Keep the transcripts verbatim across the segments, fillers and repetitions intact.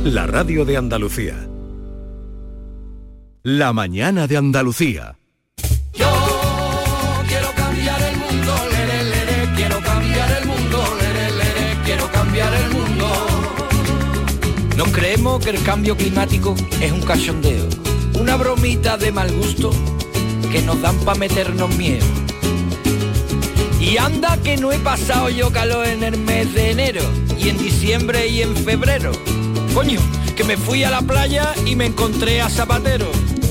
la radio de Andalucía. La mañana de Andalucía. Yo quiero cambiar el mundo, lere, lere, quiero cambiar el mundo, lere, lere, quiero cambiar el mundo. Nos creemos que el cambio climático es un cachondeo, una bromita de mal gusto que nos dan pa' meternos miedo. Y anda que no he pasado yo calor en el mes de enero, y en diciembre y en febrero. Coño, que me fui a la playa y me encontré a Zapatero,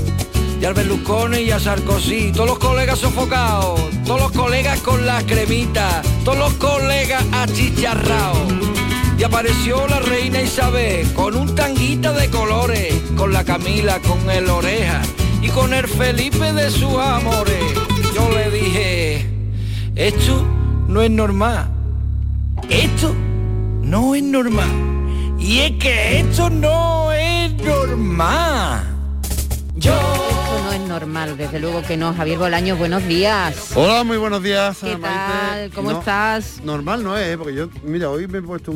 y al Berlusconi y a Sarkozy, todos los colegas sofocados, todos los colegas con las cremitas, todos los colegas achicharrados. Y apareció la reina Isabel con un tanguita de colores, con la Camila, con el Oreja y con el Felipe de sus amores. Yo le dije, esto no es normal, esto no es normal, y es que esto no es normal. Yo... Esto no es normal, desde luego que no. Javier Bolaños, buenos días. Hola, muy buenos días. ¿Qué Maite. tal? ¿Cómo No, estás? Normal no es, porque yo, mira, hoy me he puesto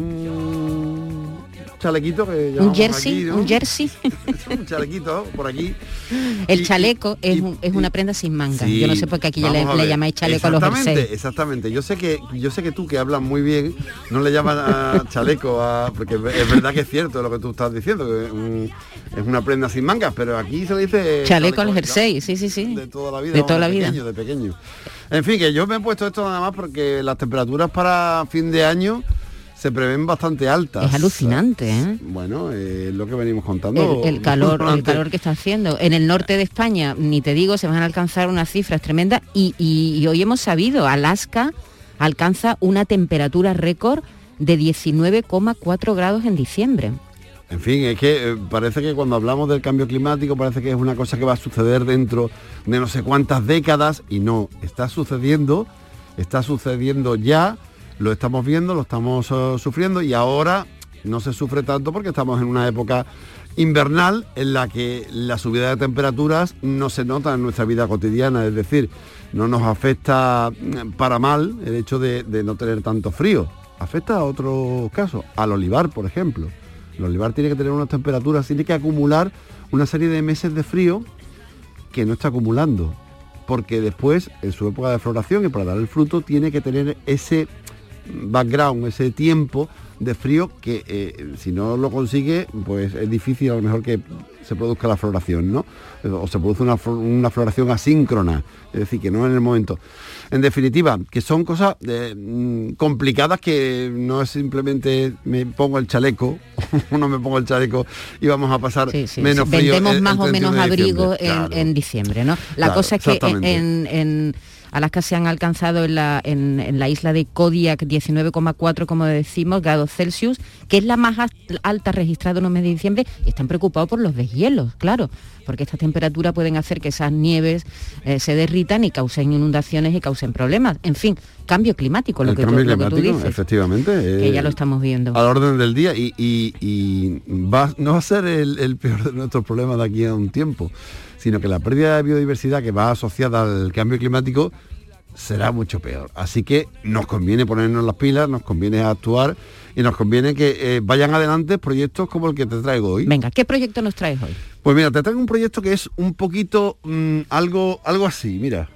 un chalequito que Un llamamos jersey, aquí, ¿no? un jersey. Un chalequito por aquí. El Y- chaleco y- es, y- un- es una prenda sin manga. Sí, Yo no sé por qué aquí le, vamos a le ver. llamáis chaleco a los jerseys. Exactamente, exactamente. Yo sé que yo sé que tú, que hablas muy bien, no le llamas a chaleco, a, porque es verdad que es cierto lo que tú estás diciendo, que es, un- es una prenda sin mangas, pero aquí se le dice Chaleco al ¿no? jersey, sí, sí, sí. De toda la vida. De vamos, toda la vida. Pequeño, de pequeño. En fin, que yo me he puesto esto nada más porque las temperaturas para fin de año se prevén bastante altas. Es alucinante, ¿eh? Bueno, eh, es lo que venimos contando. El, el calor, el durante- calor que está haciendo. En el norte de España, ni te digo, se van a alcanzar unas cifras tremendas y, y- y hoy hemos sabido, Alaska alcanza una temperatura récord de diecinueve coma cuatro grados en diciembre. En fin, es que eh, parece que cuando hablamos del cambio climático parece que es una cosa que va a suceder dentro de no sé cuántas décadas, y no, está sucediendo, está sucediendo ya, lo estamos viendo, lo estamos eh, sufriendo, y ahora no se sufre tanto porque estamos en una época invernal en la que la subida de temperaturas no se nota en nuestra vida cotidiana, es decir, no nos afecta mm, para mal el hecho de, de no tener tanto frío. Afecta a otros casos, al olivar, por ejemplo. El olivar tiene que tener unas temperaturas, tiene que acumular una serie de meses de frío que no está acumulando, porque después, en su época de floración y para dar el fruto, tiene que tener ese background, ese tiempo de frío que eh, si no lo consigue, pues es difícil a lo mejor que se produzca la floración, ¿no? O se produce una, una floración asíncrona, es decir, que no en el momento. En definitiva, que son cosas eh, complicadas, que no es simplemente me pongo el chaleco o no me pongo el chaleco y vamos a pasar Sí, sí, menos sí. frío. Vendemos el- más el o menos treinta y uno de abrigo diciembre. en, Claro. en diciembre, ¿no? La Claro, cosa es que exactamente. en, en Alaska se han alcanzado en la, en, en la isla de Kodiak diecinueve coma cuatro, como decimos, grados Celsius, que es la más al- alta registrada en un mes de diciembre, y están preocupados por los deshielos, claro, porque estas temperaturas pueden hacer que esas nieves eh, se derritan y causen inundaciones y causen problemas. En fin, cambio climático, lo, El que tú, cambio lo que tú climático, dices, efectivamente. que eh, ya lo estamos viendo. al orden del día y, y- y va, no va a ser el, el peor de nuestros problemas de aquí a un tiempo, sino que la pérdida de biodiversidad que va asociada al cambio climático será mucho peor. Así que nos conviene ponernos las pilas, nos conviene actuar y nos conviene que eh, vayan adelante proyectos como el que te traigo hoy. Venga, ¿qué proyecto nos traes hoy? Pues mira, te traigo un proyecto que es un poquito mm, algo, algo así, mira.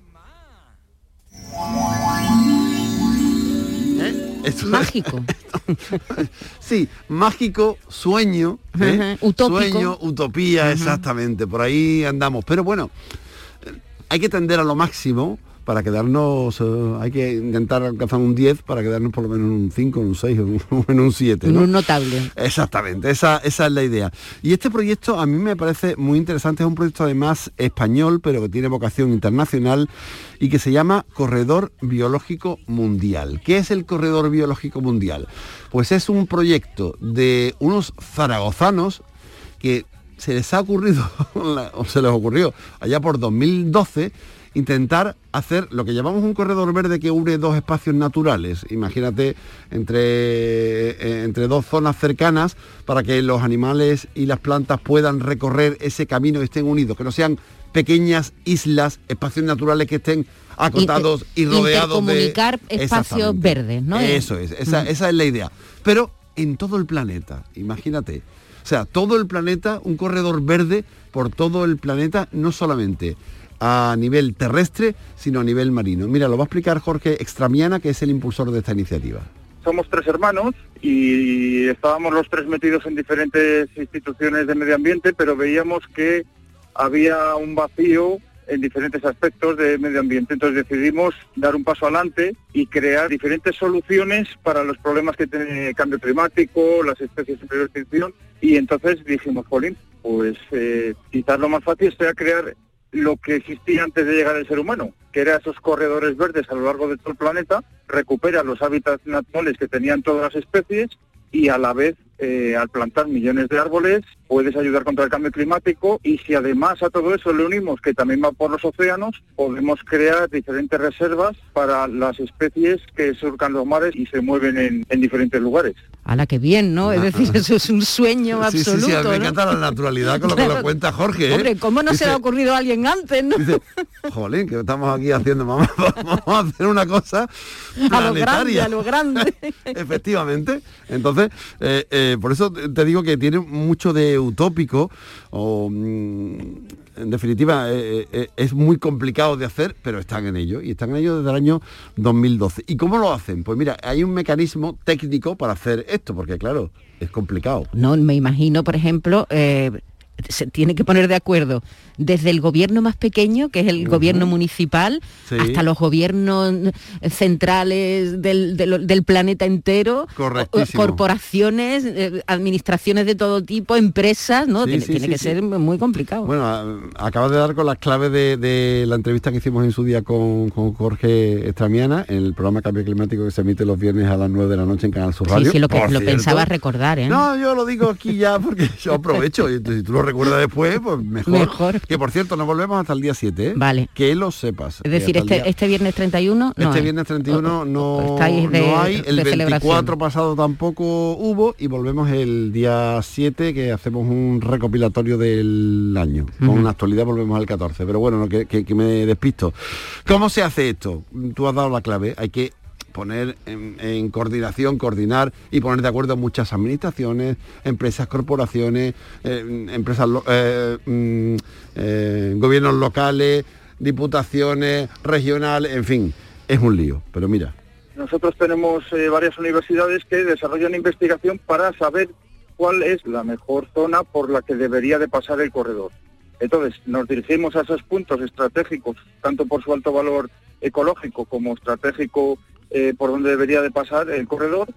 ¿Eh? Esto- Mágico. Sí, mágico, sueño, ¿eh? Ujú, utópico. Sueño, utopía, exactamente, por ahí andamos. Pero bueno, eh, hay que tender a lo máximo para quedarnos, eh, hay que intentar alcanzar un diez para quedarnos por lo menos en un cinco, en un seis o en un siete, ¿no? Un notable. Exactamente, esa, esa es la idea. Y este proyecto a mí me parece muy interesante, es un proyecto además español, pero que tiene vocación internacional y que se llama Corredor Biológico Mundial. ¿Qué es el Corredor Biológico Mundial? Pues es un proyecto de unos zaragozanos que se les ha ocurrido, o se les ocurrió allá por dos mil doce, intentar hacer lo que llamamos un corredor verde que une dos espacios naturales. Imagínate, entre, eh, entre dos zonas cercanas, para que los animales y las plantas puedan recorrer ese camino y estén unidos, que no sean pequeñas islas, espacios naturales que estén acotados Inter- y rodeados de... intercomunicar espacios Exactamente. verdes, ¿no? Eso es, esa, Mm. esa es la idea. Pero en todo el planeta, imagínate. O sea, todo el planeta, un corredor verde por todo el planeta, no solamente a nivel terrestre, sino a nivel marino. Mira, lo va a explicar Jorge Extramiana, que es el impulsor de esta iniciativa. Somos tres hermanos y estábamos los tres metidos en diferentes instituciones de medio ambiente, pero veíamos que había un vacío en diferentes aspectos de medio ambiente. Entonces decidimos dar un paso adelante y crear diferentes soluciones para los problemas que tiene el cambio climático, las especies en peligro de extinción, y entonces dijimos, jolín, pues eh, quizás lo más fácil sea crear lo que existía antes de llegar al ser humano, que era esos corredores verdes a lo largo de todo el planeta, recupera los hábitats naturales que tenían todas las especies y a la vez, eh, al plantar millones de árboles, puedes ayudar contra el cambio climático, y si además a todo eso le unimos que también va por los océanos, podemos crear diferentes reservas para las especies que surcan los mares y se mueven en, en diferentes lugares. ¡Hala, qué bien!, ¿no? Es decir, eso es un sueño sí, absoluto, sí, sí, a mí me ¿no? encanta la naturalidad con lo que lo cuenta Jorge, ¿eh? Hombre, ¿cómo no Dice, se le ha ocurrido a alguien antes, no? Dice, jolín, que estamos aquí haciendo, vamos, vamos a hacer una cosa planetaria. A lo grande, a lo grande. Efectivamente. Entonces, eh, eh, por eso te digo que tiene mucho de utópico, o mm, en definitiva eh, eh, es muy complicado de hacer, pero están en ello, y están en ello desde el año dos mil doce. ¿Y cómo lo hacen? Pues mira, hay un mecanismo técnico para hacer esto, porque claro, es complicado. No, me imagino, por ejemplo, eh, se tiene que poner de acuerdo desde el gobierno más pequeño, que es el uh-huh. gobierno municipal, sí. hasta los gobiernos centrales del, del, del planeta entero, corporaciones, eh, administraciones de todo tipo, empresas, ¿no? Sí, tiene sí, tiene sí, que sí. ser muy complicado. Bueno, acabas de dar con las claves de, de la entrevista que hicimos en su día con, con Jorge Extramiana, en el programa Cambio Climático que se emite los viernes a las nueve de la noche en Canal Sur Radio. Sí, sí, lo, que, lo pensaba recordar, ¿eh? No, yo lo digo aquí ya porque yo aprovecho, y si tú lo recuerdas después, pues mejor. Mejor. Que por cierto, nos volvemos hasta el día siete, ¿eh? Vale. Que lo sepas. Es decir, este, día... este viernes treinta y uno no Este hay. viernes treinta y uno no, de, no hay, el veinticuatro celebración. Pasado tampoco hubo, y volvemos el día siete, que hacemos un recopilatorio del año. Uh-huh. Con una actualidad volvemos al catorce. Pero bueno, no, que, que, que me despisto. ¿Cómo se hace esto? Tú has dado la clave. Hay que poner en, en coordinación, coordinar y poner de acuerdo a muchas administraciones, empresas, corporaciones, eh, empresas, eh, mm, eh, gobiernos locales, diputaciones, regionales, en fin, es un lío, pero mira. Nosotros tenemos eh, varias universidades que desarrollan investigación para saber cuál es la mejor zona por la que debería de pasar el corredor. Entonces, nos dirigimos a esos puntos estratégicos, tanto por su alto valor ecológico como estratégico, Eh, por donde debería de pasar el corredor,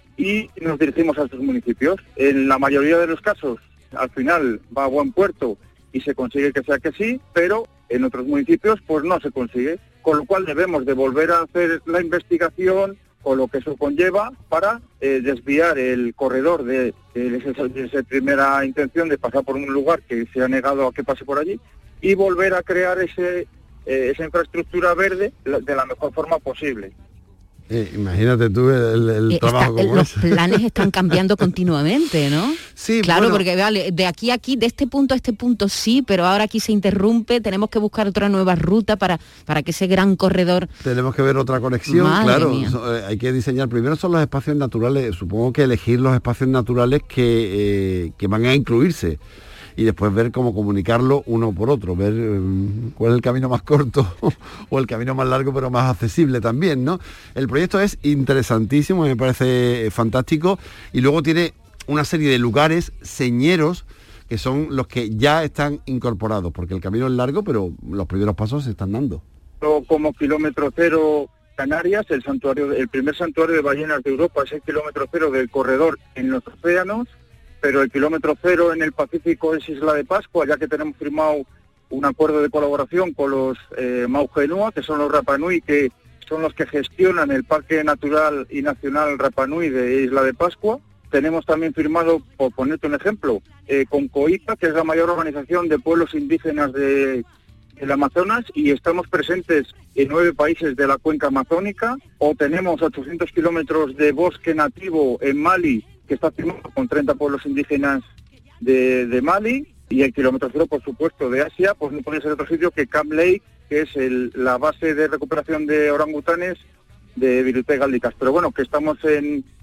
y nos dirigimos a estos municipios. En la mayoría de los casos, al final va a buen puerto y se consigue que sea que sí, pero en otros municipios pues no se consigue, con lo cual debemos de volver a hacer la investigación con lo que eso conlleva para eh, desviar el corredor de, de, esa, de esa primera intención de pasar por un lugar que se ha negado a que pase por allí, y volver a crear ese, eh, esa infraestructura verde de la mejor forma posible. Eh, imagínate tú el, el eh, trabajo está, como los ese. planes están cambiando continuamente, ¿no? Sí, claro, bueno, porque vale, de aquí a aquí, de este punto a este punto sí, pero ahora aquí se interrumpe, tenemos que buscar otra nueva ruta para, para que ese gran corredor... Tenemos que ver otra conexión, Madre claro, mía. So, eh, hay que diseñar, primero son los espacios naturales, supongo que elegir los espacios naturales que, eh, que van a incluirse, y después ver cómo comunicarlo uno por otro, ver eh, cuál es el camino más corto o el camino más largo pero más accesible también, ¿no? El proyecto es interesantísimo, me parece fantástico, y luego tiene una serie de lugares señeros que son los que ya están incorporados, porque el camino es largo, pero los primeros pasos se están dando. Como kilómetro cero Canarias, el santuario, el primer santuario de ballenas de Europa es el kilómetro cero del corredor en los océanos, pero el kilómetro cero en el Pacífico es Isla de Pascua, ya que tenemos firmado un acuerdo de colaboración con los eh, Maugenua, que son los Rapa Nui, que son los que gestionan el Parque Natural y Nacional Rapa Nui de Isla de Pascua. Tenemos también firmado, por ponerte un ejemplo, eh, con COIPA, que es la mayor organización de pueblos indígenas de, del Amazonas, y estamos presentes en nueve países de la cuenca amazónica, o tenemos ochocientos kilómetros de bosque nativo en Mali, que está firmado con treinta pueblos indígenas de, de Mali, y el kilómetro cero, por supuesto, de Asia, pues no puede ser otro sitio que Camp Lake, que es el, la base de recuperación de orangutanes de Virutega Aldicas. Pero bueno, que estamos en,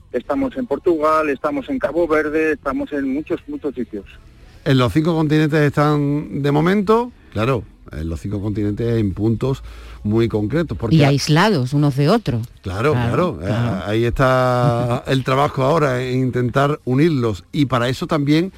estamos en Portugal, estamos en Cabo Verde, estamos en muchos, muchos sitios. En los cinco continentes están de momento, claro, en los cinco continentes en puntos muy concretos. Porque y aislados unos de otros. Claro, claro, claro. claro. Ahí está el trabajo ahora, en intentar unirlos. Y para eso también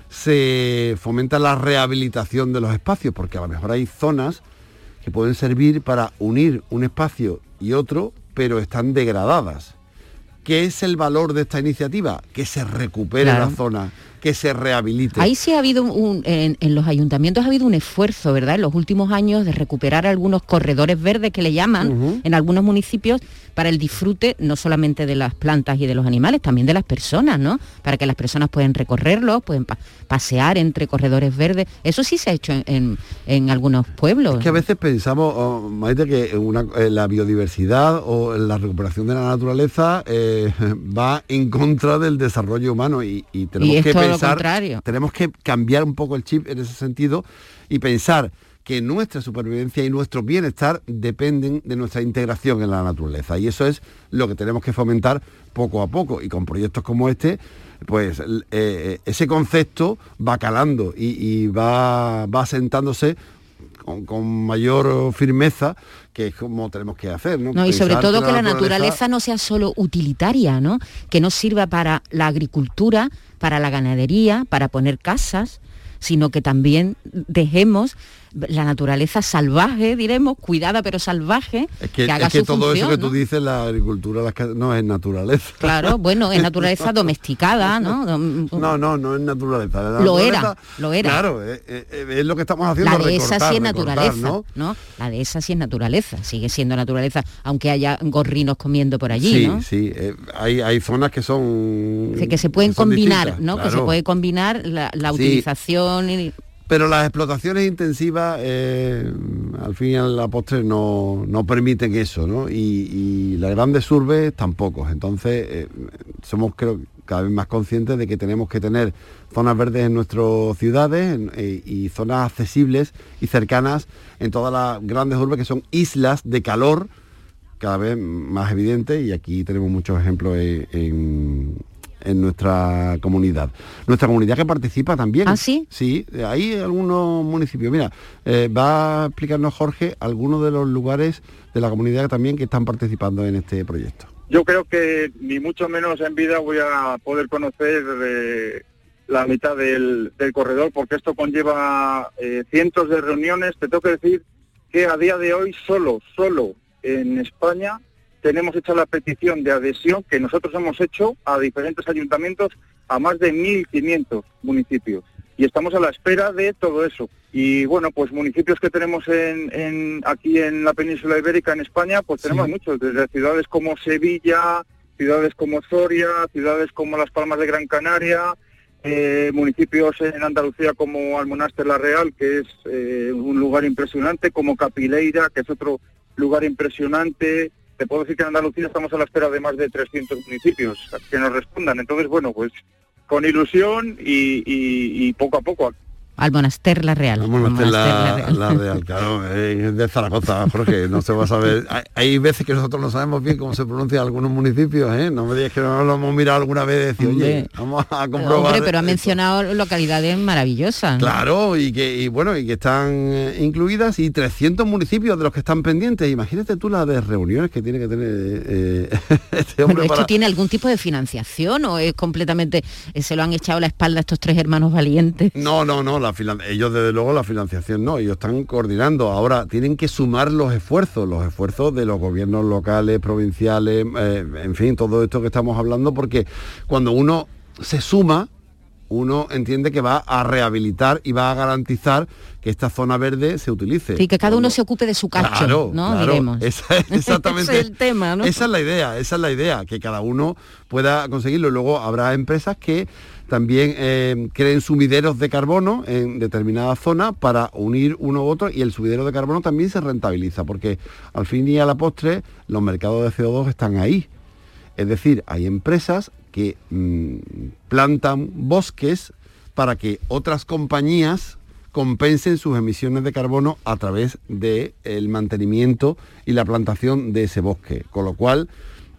se fomenta la rehabilitación de los espacios, porque a lo mejor hay zonas que pueden servir para unir un espacio y otro, pero están degradadas. ¿Qué es el valor de esta iniciativa? Que se recupere claro. la zona, que se rehabilite. Ahí sí ha habido, un, en, en los ayuntamientos ha habido un esfuerzo, ¿verdad?, en los últimos años de recuperar algunos corredores verdes que le llaman uh-huh. en algunos municipios para el disfrute no solamente de las plantas y de los animales, también de las personas, ¿no? Para que las personas puedan recorrerlos, pueden pa- pasear entre corredores verdes. Eso sí se ha hecho en, en, en algunos pueblos. Es que a veces pensamos, oh, Maite, que una, eh, la biodiversidad o la recuperación de la naturaleza eh, va en contra del desarrollo humano y, y tenemos y que pensar, tenemos que cambiar un poco el chip en ese sentido y pensar que nuestra supervivencia y nuestro bienestar dependen de nuestra integración en la naturaleza. Y eso es lo que tenemos que fomentar poco a poco. Y con proyectos como este, pues eh, ese concepto va calando y, y va, va asentándose con, con mayor firmeza, que es como tenemos que hacer, ¿no? No, y sobre todo que la, que la naturaleza... naturaleza no sea solo utilitaria, ¿no? Que no sirva para la agricultura, para la ganadería, para poner casas, sino que también dejemos la naturaleza salvaje, diremos, cuidada pero salvaje, es que, que haga es que su todo función, eso que ¿no? tú dices, la agricultura las, no es naturaleza. Claro, bueno, es naturaleza domesticada, ¿no? No, no, no es naturaleza. La lo naturaleza, era, lo era. Claro, es, es, es lo que estamos haciendo. La de recortar, esa sí es recortar, naturaleza, ¿no? ¿no? La de esa sí es naturaleza, sigue siendo naturaleza, aunque haya gorrinos comiendo por allí, sí, ¿no? Sí, eh, hay, hay zonas que son... Que, que se pueden que combinar, distintas, ¿no? Claro. Que se puede combinar la, la sí. utilización... Y... Pero las explotaciones intensivas, eh, al fin y a la postre, no, no permiten eso, ¿no? Y, y las grandes urbes tampoco. Entonces, eh, somos, creo, cada vez más conscientes de que tenemos que tener zonas verdes en nuestras ciudades en, eh, y zonas accesibles y cercanas en todas las grandes urbes, que son islas de calor cada vez más evidentes, y aquí tenemos muchos ejemplos en... en en nuestra comunidad. Nuestra comunidad que participa también. ¿Ah, sí? Sí, hay algunos municipios. Mira, eh, va a explicarnos Jorge algunos de los lugares de la comunidad también que están participando en este proyecto. Yo creo que ni mucho menos en vida voy a poder conocer eh, la mitad del, del corredor, porque esto conlleva eh, cientos de reuniones. Te tengo que decir que a día de hoy solo, solo en España tenemos hecha la petición de adhesión que nosotros hemos hecho a diferentes ayuntamientos, a más de mil quinientos municipios. Y estamos a la espera de todo eso. Y bueno, pues municipios que tenemos en, en aquí en la península ibérica, en España, pues tenemos sí. muchos, desde ciudades como Sevilla, ciudades como Soria, ciudades como Las Palmas de Gran Canaria, eh, municipios en Andalucía como Almonaster la Real, que es eh, un lugar impresionante, como Capileira, que es otro lugar impresionante. Te puedo decir que en Andalucía estamos a la espera de más de trescientos municipios que nos respondan. Entonces, bueno, pues con ilusión y, y, y poco a poco. Almonaster la Real. Almonaster la, la Real, la Real claro, es de Zaragoza, porque no se va a saber. Hay, hay veces que nosotros no sabemos bien cómo se pronuncia algunos municipios, ¿eh? No me digas que no lo hemos mirado alguna vez y decir, oye, vamos a comprobar. Hombre, pero ha esto. mencionado localidades maravillosas. Claro, y que y bueno, y que están eh, incluidas, y trescientos municipios de los que están pendientes. Imagínate tú las de reuniones que tiene que tener eh, este hombre. Bueno, ¿esto para... tiene algún tipo de financiación o es completamente, eh, se lo han echado a la espalda estos tres hermanos valientes? No, no, no. La finan- ellos desde luego la financiación no, ellos están coordinando. Ahora tienen que sumar los esfuerzos, los esfuerzos de los gobiernos locales, provinciales, eh, en fin, todo esto que estamos hablando, porque cuando uno se suma, uno entiende que va a rehabilitar y va a garantizar que esta zona verde se utilice. Sí, que cada cuando... uno se ocupe de su cacho, claro, ¿no? Claro, diremos. Esa es exactamente. Ese es el tema, ¿no? Esa es la idea, esa es la idea, que cada uno pueda conseguirlo. Luego habrá empresas que también eh, creen sumideros de carbono en determinada zona para unir uno u otro, y el sumidero de carbono también se rentabiliza, porque al fin y a la postre los mercados de C O dos están ahí. Es decir, hay empresas que mmm, plantan bosques para que otras compañías compensen sus emisiones de carbono a través del mantenimiento y la plantación de ese bosque. Con lo cual,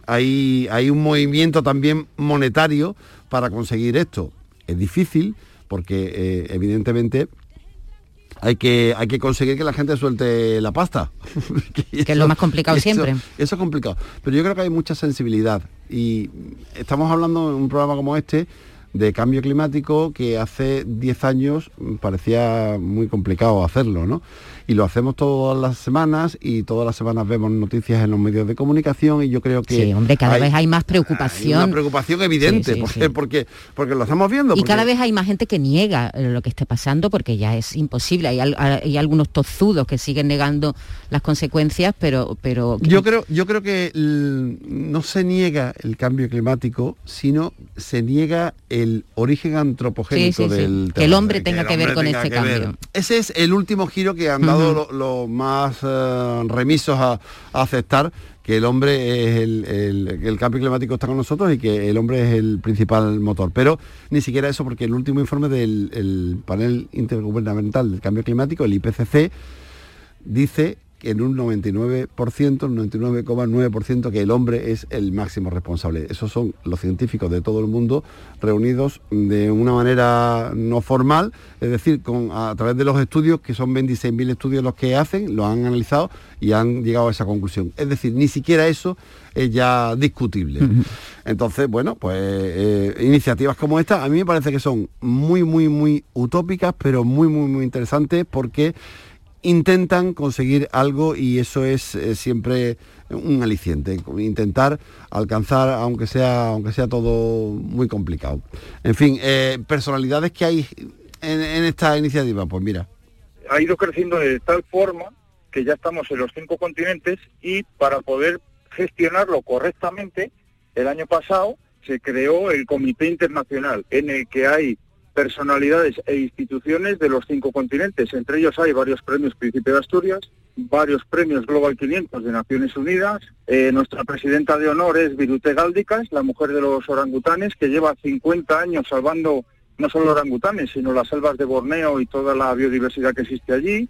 hay, hay un movimiento también monetario para conseguir esto. Es difícil porque eh, evidentemente hay que, hay que conseguir que la gente suelte la pasta. que eso, es lo más complicado eso, siempre. Eso es complicado. Pero yo creo que hay mucha sensibilidad. Y estamos hablando en un programa como este de cambio climático que hace diez años parecía muy complicado hacerlo, ¿no? Y lo hacemos todas las semanas y todas las semanas vemos noticias en los medios de comunicación y yo creo que... Sí, hombre, cada hay, vez hay más preocupación. Hay una preocupación evidente, sí, sí, porque, sí. Porque, porque lo estamos viendo. Y porque... cada vez hay más gente que niega lo que esté pasando porque ya es imposible. Hay, hay algunos tozudos que siguen negando las consecuencias, pero... pero... Yo creo, yo creo que el, no se niega el cambio climático, sino se niega el origen antropogénico sí, sí, del... Sí. Que el hombre tenga que, que ver con este cambio. Ver. Ese es el último giro que han dado Los lo más uh, remisos a, a aceptar, que el hombre es el, el, el cambio climático está con nosotros y que el hombre es el principal motor. Pero ni siquiera eso, porque el último informe del el panel intergubernamental del cambio climático, el I P C C, dice que en un noventa y nueve por ciento, un noventa y nueve coma nueve por ciento que el hombre es el máximo responsable. Esos son los científicos de todo el mundo reunidos de una manera no formal, es decir, con, a través de los estudios, que son veintiséis mil estudios los que hacen, lo han analizado y han llegado a esa conclusión. Es decir, ni siquiera eso es ya discutible. Uh-huh. Entonces, bueno, pues eh, iniciativas como esta a mí me parece que son muy, muy, muy utópicas, pero muy, muy, muy interesantes porque intentan conseguir algo y eso es eh, siempre un aliciente, intentar alcanzar, aunque sea aunque sea todo muy complicado. En fin, eh, personalidades que hay en, en esta iniciativa, pues mira. Ha ido creciendo de tal forma que ya estamos en los cinco continentes y para poder gestionarlo correctamente, el año pasado se creó el Comité Internacional en el que hay personalidades e instituciones de los cinco continentes. Entre ellos hay varios premios Príncipe de Asturias, varios premios Global quinientos de Naciones Unidas. Eh, nuestra presidenta de honor es Virute Galdicas, la mujer de los orangutanes, que lleva cincuenta años salvando no solo orangutanes, sino las selvas de Borneo y toda la biodiversidad que existe allí.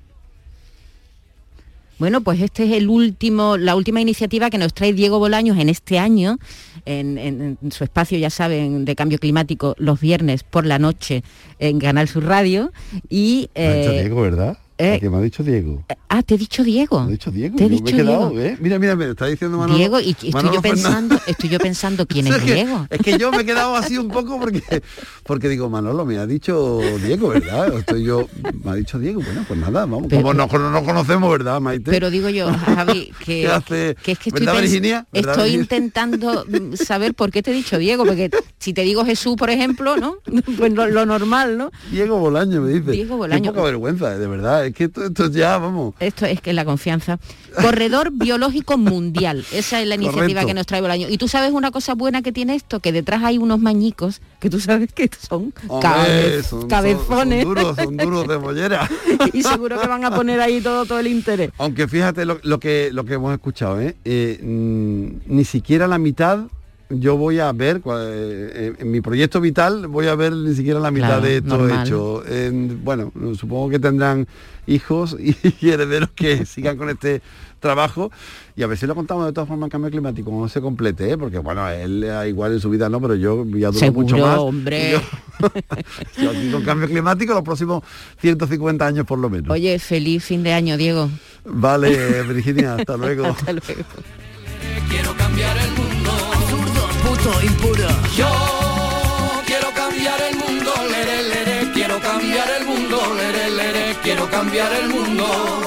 Bueno, pues este es el último, la última iniciativa que nos trae Diego Bolaños en este año, en, en, en su espacio, ya saben, de cambio climático, los viernes por la noche en Canal Sur Radio. Y, eh, me ha dicho Diego, ¿verdad? Eh, que me ha dicho Diego. Ah, te he dicho Diego. Me ha dicho Diego. Te he yo dicho me he quedado, Diego. ¿eh? Mira, mira, me está diciendo Manolo. Diego, y estoy Manolo yo pensando, estoy yo pensando quién es, es que, Diego. Es que yo me he quedado así un poco porque porque digo, Manolo, me ha dicho Diego, ¿verdad? Estoy yo, me ha dicho Diego, bueno, pues nada, vamos. Pero, como no, no, no conocemos, ¿verdad, Maite? Pero digo yo, Javi, que, ¿Qué hace? que es que estoy, ¿verdad, Virginia? ¿verdad, estoy Virginia? intentando saber por qué te he dicho Diego, porque si te digo Jesús, por ejemplo, ¿no? Pues lo, lo normal, ¿no? Diego Bolaño, me dice. Diego Bolaño. Qué poca vergüenza, de verdad, es que esto, esto ya, vamos. Esto es que la confianza. Corredor biológico mundial. Esa es la iniciativa Correcto. que nos trae Bolaño. Y tú sabes una cosa buena que tiene esto, que detrás hay unos mañicos que tú sabes que son, Hombre, cabe, son cabezones. Son, son duros, son duros de mollera. Y seguro que van a poner ahí todo, todo el interés. Aunque fíjate lo, lo que lo que hemos escuchado, ¿eh? Eh, mm, ni siquiera la mitad yo voy a ver, eh, en mi proyecto vital voy a ver ni siquiera la mitad claro, de esto normal. hecho. Eh, bueno, supongo que tendrán hijos y, y herederos que sigan con este trabajo y a ver si lo contamos de todas formas el cambio climático cuando se complete, ¿eh? Porque bueno, él eh, igual en su vida no, pero yo ya duro Seguro, mucho más. hombre. Yo, yo aquí con cambio climático los próximos ciento cincuenta años por lo menos. Oye, feliz fin de año, Diego. Vale, Virginia, hasta luego. Hasta luego. Quiero cambiar el mundo. Absurdo, puto, impuro. Yo quiero cambiar el mundo, lere, lere, quiero cambiar el mundo, lere, lere, quiero cambiar el mundo.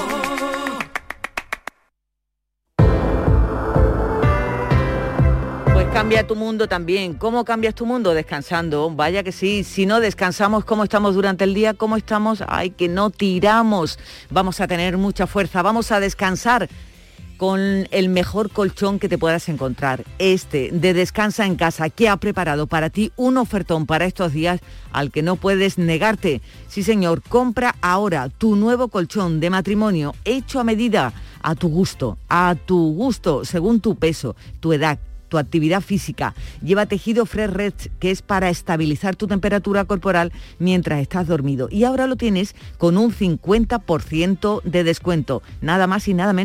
Pues cambia tu mundo también. ¿Cómo cambias tu mundo? Descansando. Vaya que sí. Si no descansamos, ¿cómo estamos durante el día? ¿Cómo estamos? Ay, que no tiramos. Vamos a tener mucha fuerza. Vamos a descansar con el mejor colchón que te puedas encontrar. Este de Descansa en Casa, que ha preparado para ti un ofertón para estos días al que no puedes negarte. Sí, señor, compra ahora tu nuevo colchón de matrimonio hecho a medida, a tu gusto, a tu gusto, según tu peso, tu edad, tu actividad física. Lleva tejido Fresh Rest, que es para estabilizar tu temperatura corporal mientras estás dormido. Y ahora lo tienes con un cincuenta por ciento de descuento. Nada más y nada menos.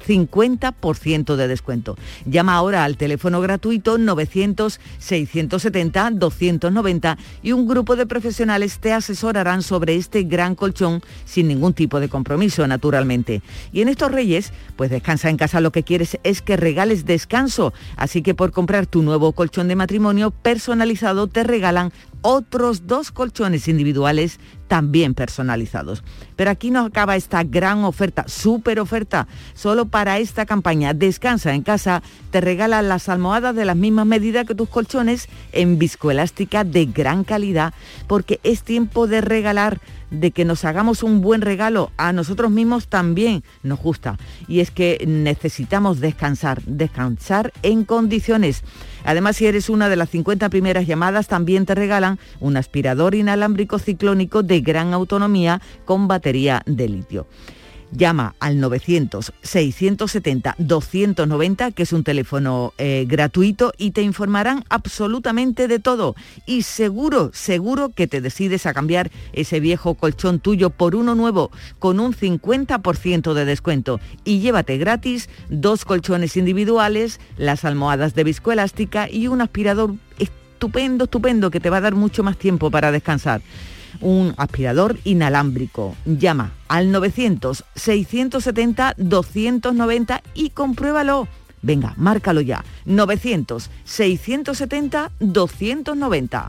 cincuenta por ciento de descuento. Llama ahora al teléfono gratuito novecientos, seiscientos setenta, doscientos noventa y un grupo de profesionales te asesorarán sobre este gran colchón sin ningún tipo de compromiso, naturalmente. Y en estos Reyes, pues Descansa en Casa lo que quieres es que regales descanso, así que por comprar tu nuevo colchón de matrimonio personalizado te regalan otros dos colchones individuales también personalizados. Pero aquí no acaba esta gran oferta, súper oferta. Solo para esta campaña Descansa en Casa te regalan las almohadas de las mismas medidas que tus colchones en viscoelástica de gran calidad, porque es tiempo de regalar, de que nos hagamos un buen regalo a nosotros mismos también nos gusta. Y es que necesitamos descansar, descansar en condiciones. Además, si eres una de las cincuenta primeras llamadas, también te regalan un aspirador inalámbrico ciclónico de gran autonomía con batería de litio. Llama al novecientos, seiscientos setenta, doscientos noventa, que es un teléfono eh, gratuito, y te informarán absolutamente de todo. Y seguro, seguro que te decides a cambiar ese viejo colchón tuyo por uno nuevo con un cincuenta por ciento de descuento. Y llévate gratis dos colchones individuales, las almohadas de viscoelástica y un aspirador estupendo, estupendo, que te va a dar mucho más tiempo para descansar. Un aspirador inalámbrico. Llama al novecientos, seiscientos setenta, doscientos noventa y compruébalo. Venga, márcalo ya. novecientos, seiscientos setenta, doscientos noventa.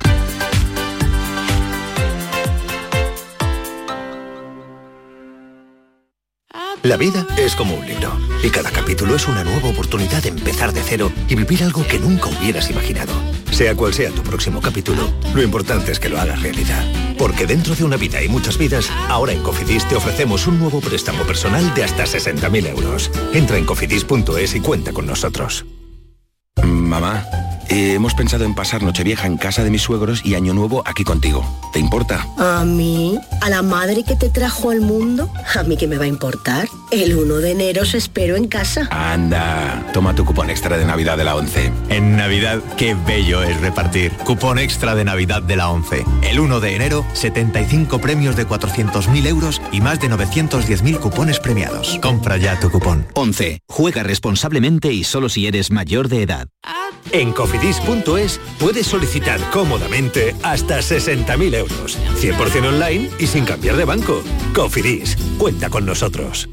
La vida es como un libro y cada capítulo es una nueva oportunidad de empezar de cero y vivir algo que nunca hubieras imaginado. Sea cual sea tu próximo capítulo, lo importante es que lo hagas realidad. Porque dentro de una vida y muchas vidas, ahora en Cofidis te ofrecemos un nuevo préstamo personal de hasta sesenta mil euros. Entra en cofidis punto es y cuenta con nosotros. Mamá, eh, hemos pensado en pasar Nochevieja en casa de mis suegros y Año Nuevo aquí contigo. ¿Te importa? ¿A mí? ¿A la madre que te trajo al mundo? ¿A mí qué me va a importar? El uno de enero os espero en casa. Anda, toma tu cupón extra de Navidad de la ONCE. En Navidad, qué bello es repartir. Cupón extra de Navidad de la ONCE. El uno de enero, setenta y cinco premios de cuatrocientos mil euros y más de novecientos diez mil cupones premiados. Compra ya tu cupón. ONCE. Juega responsablemente y solo si eres mayor de edad. En cofidis punto es puedes solicitar cómodamente hasta sesenta mil euros. cien por ciento online y sin cambiar de banco. Cofidis, cuenta con nosotros.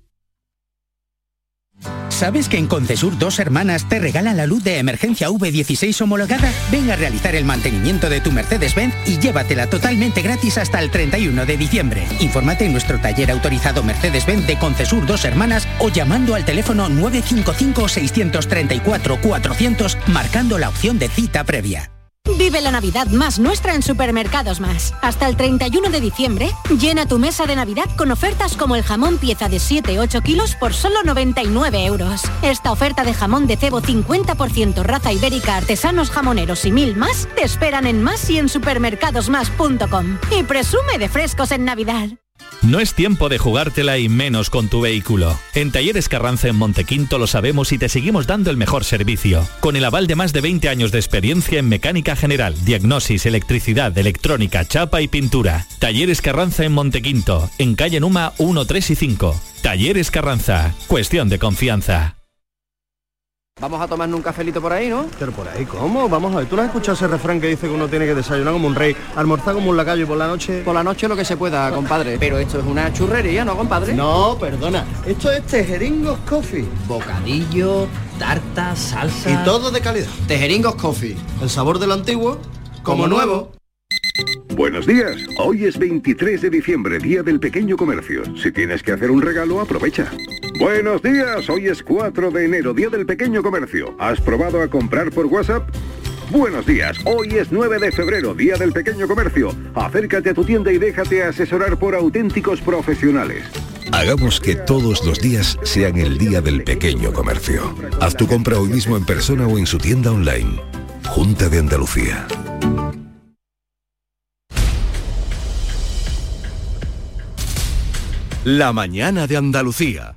¿Sabes que en Concesur Dos Hermanas te regalan la luz de emergencia V dieciséis homologada? Ven a realizar el mantenimiento de tu Mercedes-Benz y llévatela totalmente gratis hasta el treinta y uno de diciembre. Infórmate en nuestro taller autorizado Mercedes-Benz de Concesur Dos Hermanas o llamando al teléfono nueve cinco cinco, seis tres cuatro, cuatrocientos marcando la opción de cita previa. Vive la Navidad más nuestra en Supermercados Más. Hasta el treinta y uno de diciembre, llena tu mesa de Navidad con ofertas como el jamón pieza de siete a ocho kilos por solo noventa y nueve euros. Esta oferta de jamón de cebo cincuenta por ciento raza ibérica, artesanos jamoneros y mil más te esperan en Más y en supermercados más punto com. Y presume de frescos en Navidad. No es tiempo de jugártela y menos con tu vehículo. En Talleres Carranza en Montequinto lo sabemos y te seguimos dando el mejor servicio. Con el aval de más de veinte años de experiencia en mecánica general, diagnosis, electricidad, electrónica, chapa y pintura. Talleres Carranza en Montequinto, en calle Numa uno, tres y cinco. Talleres Carranza, cuestión de confianza. Vamos a tomarnos un cafelito por ahí, ¿no? Pero por ahí, ¿cómo? Vamos a ver, ¿tú no has escuchado ese refrán que dice que uno tiene que desayunar como un rey, almorzar como un lacayo y por la noche...? Por la noche lo que se pueda, compadre. Pero esto es una churrería, ¿no, compadre? No, perdona. Esto es Tejeringos Coffee. Bocadillo, tarta, salsa... Y todo de calidad. Tejeringos Coffee. El sabor del antiguo, como, como nuevo. Buenos días, hoy es veintitrés de diciembre, Día del Pequeño Comercio. Si tienes que hacer un regalo, aprovecha. Buenos días, hoy es cuatro de enero, Día del Pequeño Comercio. ¿Has probado a comprar por WhatsApp? Buenos días, hoy es nueve de febrero, Día del Pequeño Comercio. Acércate a tu tienda y déjate asesorar por auténticos profesionales. Hagamos que todos los días sean el Día del Pequeño Comercio. Haz tu compra hoy mismo en persona o en su tienda online. Junta de Andalucía. La mañana de Andalucía.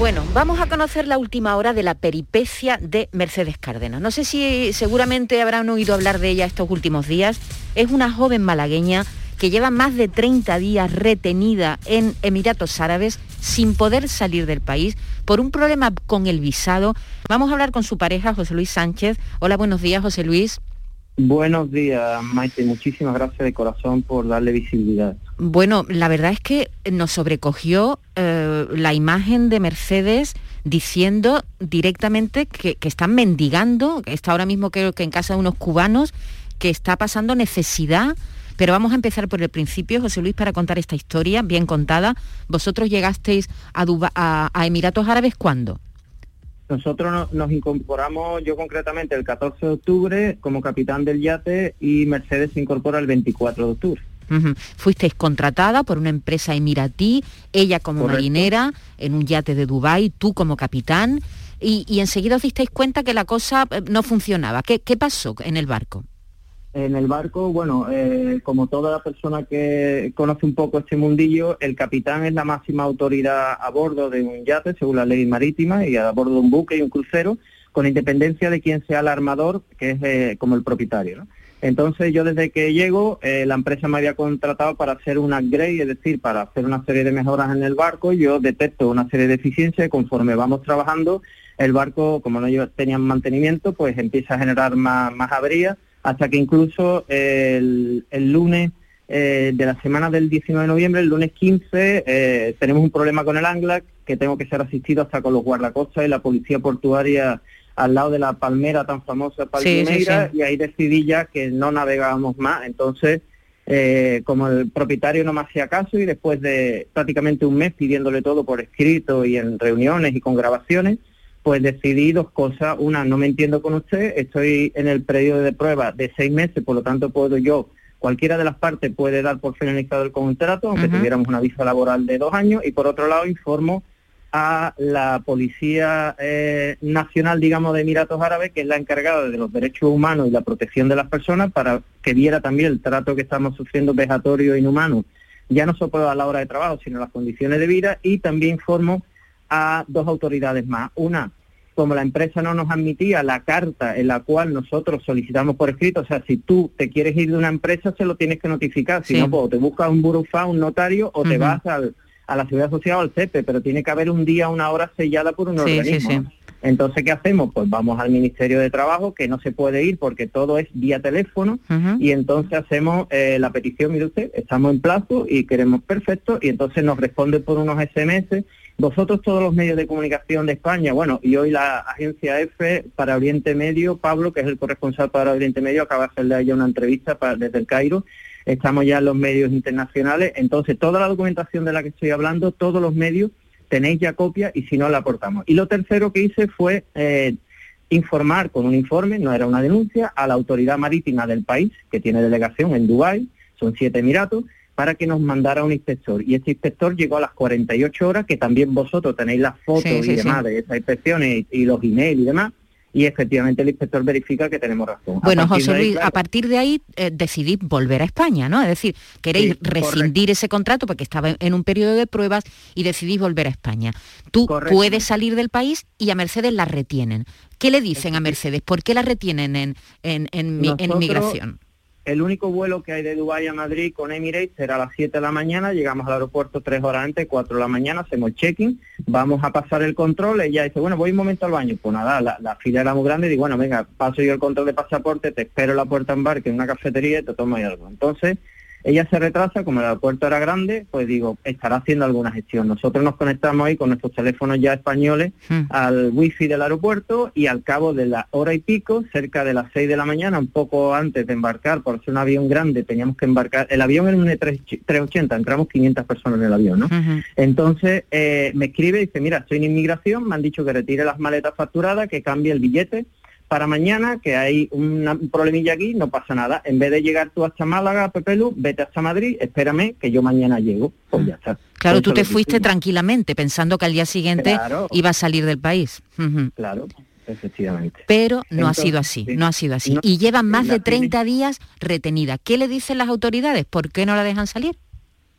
Bueno, vamos a conocer la última hora de la peripecia de Mercedes Cárdenas. No sé si seguramente habrán oído hablar de ella estos últimos días. Es una joven malagueña que lleva más de treinta días retenida en Emiratos Árabes sin poder salir del país por un problema con el visado. Vamos a hablar con su pareja, José Luis Sánchez. Hola, buenos días, José Luis. Buenos días, Maite. Muchísimas gracias de corazón por darle visibilidad. Bueno, la verdad es que nos sobrecogió eh, la imagen de Mercedes diciendo directamente que, que están mendigando, que está ahora mismo creo que en casa de unos cubanos, que está pasando necesidad. Pero vamos a empezar por el principio, José Luis, para contar esta historia bien contada. Vosotros llegasteis a, Duba- a, a Emiratos Árabes, ¿cuándo? Nosotros no, nos incorporamos, yo concretamente, el catorce de octubre como capitán del yate y Mercedes se incorpora el veinticuatro de octubre. Uh-huh. Fuisteis contratada por una empresa emiratí, ella como Correcto. marinera en un yate de Dubái, tú como capitán, y, y enseguida os disteis cuenta que la cosa no funcionaba. ¿Qué, qué pasó en el barco? En el barco, bueno, eh, como toda persona que conoce un poco este mundillo, el capitán es la máxima autoridad a bordo de un yate, según la ley marítima, y a bordo de un buque y un crucero, con independencia de quién sea el armador, que es eh, como el propietario, ¿no? Entonces yo desde que llego, eh, la empresa me había contratado para hacer un upgrade, es decir, para hacer una serie de mejoras en el barco. Yo detecto una serie de deficiencias y conforme vamos trabajando, el barco, como no tenía mantenimiento, pues empieza a generar más, más averías, hasta que incluso el, el lunes eh, de la semana del diecinueve de noviembre, el lunes quince, eh, tenemos un problema con el Ánglac, que tengo que ser asistido hasta con los guardacostas y la policía portuaria al lado de la palmera tan famosa Palmeira, sí, sí, sí. Y ahí decidí ya que no navegábamos más. Entonces, eh, como el propietario no me hacía caso y después de prácticamente un mes pidiéndole todo por escrito y en reuniones y con grabaciones, pues decidí dos cosas. Una, no me entiendo con usted, estoy en el periodo de prueba de seis meses, por lo tanto puedo yo, cualquiera de las partes puede dar por finalizado el contrato, aunque uh-huh. tuviéramos una visa laboral de dos años, y por otro lado informo a la Policía eh, Nacional, digamos, de Emiratos Árabes, que es la encargada de los derechos humanos y la protección de las personas, para que viera también el trato que estamos sufriendo vejatorio e inhumano, ya no solo a la hora de trabajo, sino las condiciones de vida, y también informo a dos autoridades más. Una, como la empresa no nos admitía la carta en la cual nosotros solicitamos por escrito, o sea, si tú te quieres ir de una empresa, se lo tienes que notificar, si sí. no, pues, o te buscas un burofax, un notario, o uh-huh. te vas al, a la Seguridad Social o al C E P E, pero tiene que haber un día, una hora sellada por un sí, organismo. Sí, sí. Entonces, ¿qué hacemos? Pues vamos al Ministerio de Trabajo, que no se puede ir porque todo es vía teléfono, uh-huh. y entonces hacemos eh, la petición, mire usted, estamos en plazo y queremos perfecto, y entonces nos responde por unos ese eme ese. Vosotros, todos los medios de comunicación de España, bueno, y hoy la agencia F para Oriente Medio, Pablo, que es el corresponsal para Oriente Medio, acaba de hacerle a ella una entrevista para, desde el Cairo. Estamos ya en los medios internacionales, entonces toda la documentación de la que estoy hablando, todos los medios, tenéis ya copia y si no la aportamos. Y lo tercero que hice fue eh, informar con un informe, no era una denuncia, a la autoridad marítima del país, que tiene delegación en Dubái, son siete emiratos, para que nos mandara un inspector. Y este inspector llegó a las cuarenta y ocho horas, que también vosotros tenéis las fotos sí, sí, y demás sí. de esas inspecciones y, y los emails y demás, y efectivamente el inspector verifica que tenemos razón. Bueno, José Luis, ahí, claro, a partir de ahí eh, decidís volver a España, ¿no? Es decir, queréis sí, rescindir correcto. ese contrato porque estaba en un periodo de pruebas y decidís volver a España. Tú correcto. puedes salir del país y a Mercedes la retienen. ¿Qué le dicen a Mercedes? ¿Por qué la retienen en, en, en, Nosotros, en migración? El único vuelo que hay de Dubái a Madrid con Emirates será a las siete de la mañana, llegamos al aeropuerto tres horas antes, cuatro de la mañana, hacemos check-in, vamos a pasar el control, ella dice, bueno, voy un momento al baño, pues nada, la, la fila era muy grande, y digo, bueno, venga, paso yo el control de pasaporte, te espero en la puerta en embarque en una cafetería y te tomo ahí algo. Entonces, ella se retrasa, como el aeropuerto era grande, pues digo, estará haciendo alguna gestión. Nosotros nos conectamos ahí con nuestros teléfonos ya españoles mm. al wifi del aeropuerto, y al cabo de la hora y pico, cerca de las seis de la mañana, un poco antes de embarcar, por ser un avión grande, teníamos que embarcar, el avión era un E trescientos ochenta, entramos quinientas personas en el avión, ¿no? Uh-huh. Entonces, eh, me escribe y dice, mira, estoy en inmigración, me han dicho que retire las maletas facturadas, que cambie el billete para mañana, que hay una, un problemilla aquí, no pasa nada. En vez de llegar tú hasta Málaga, Pepelu, vete hasta Madrid, espérame, que yo mañana llego. Pues ya está. Claro, tú te fuiste tranquilamente, pensando que al día siguiente claro. iba a salir del país. Uh-huh. Claro, efectivamente. Pero no Entonces, ha sido así, sí. no ha sido así. No, y llevan más de treinta días retenida. ¿Qué le dicen las autoridades? ¿Por qué no la dejan salir?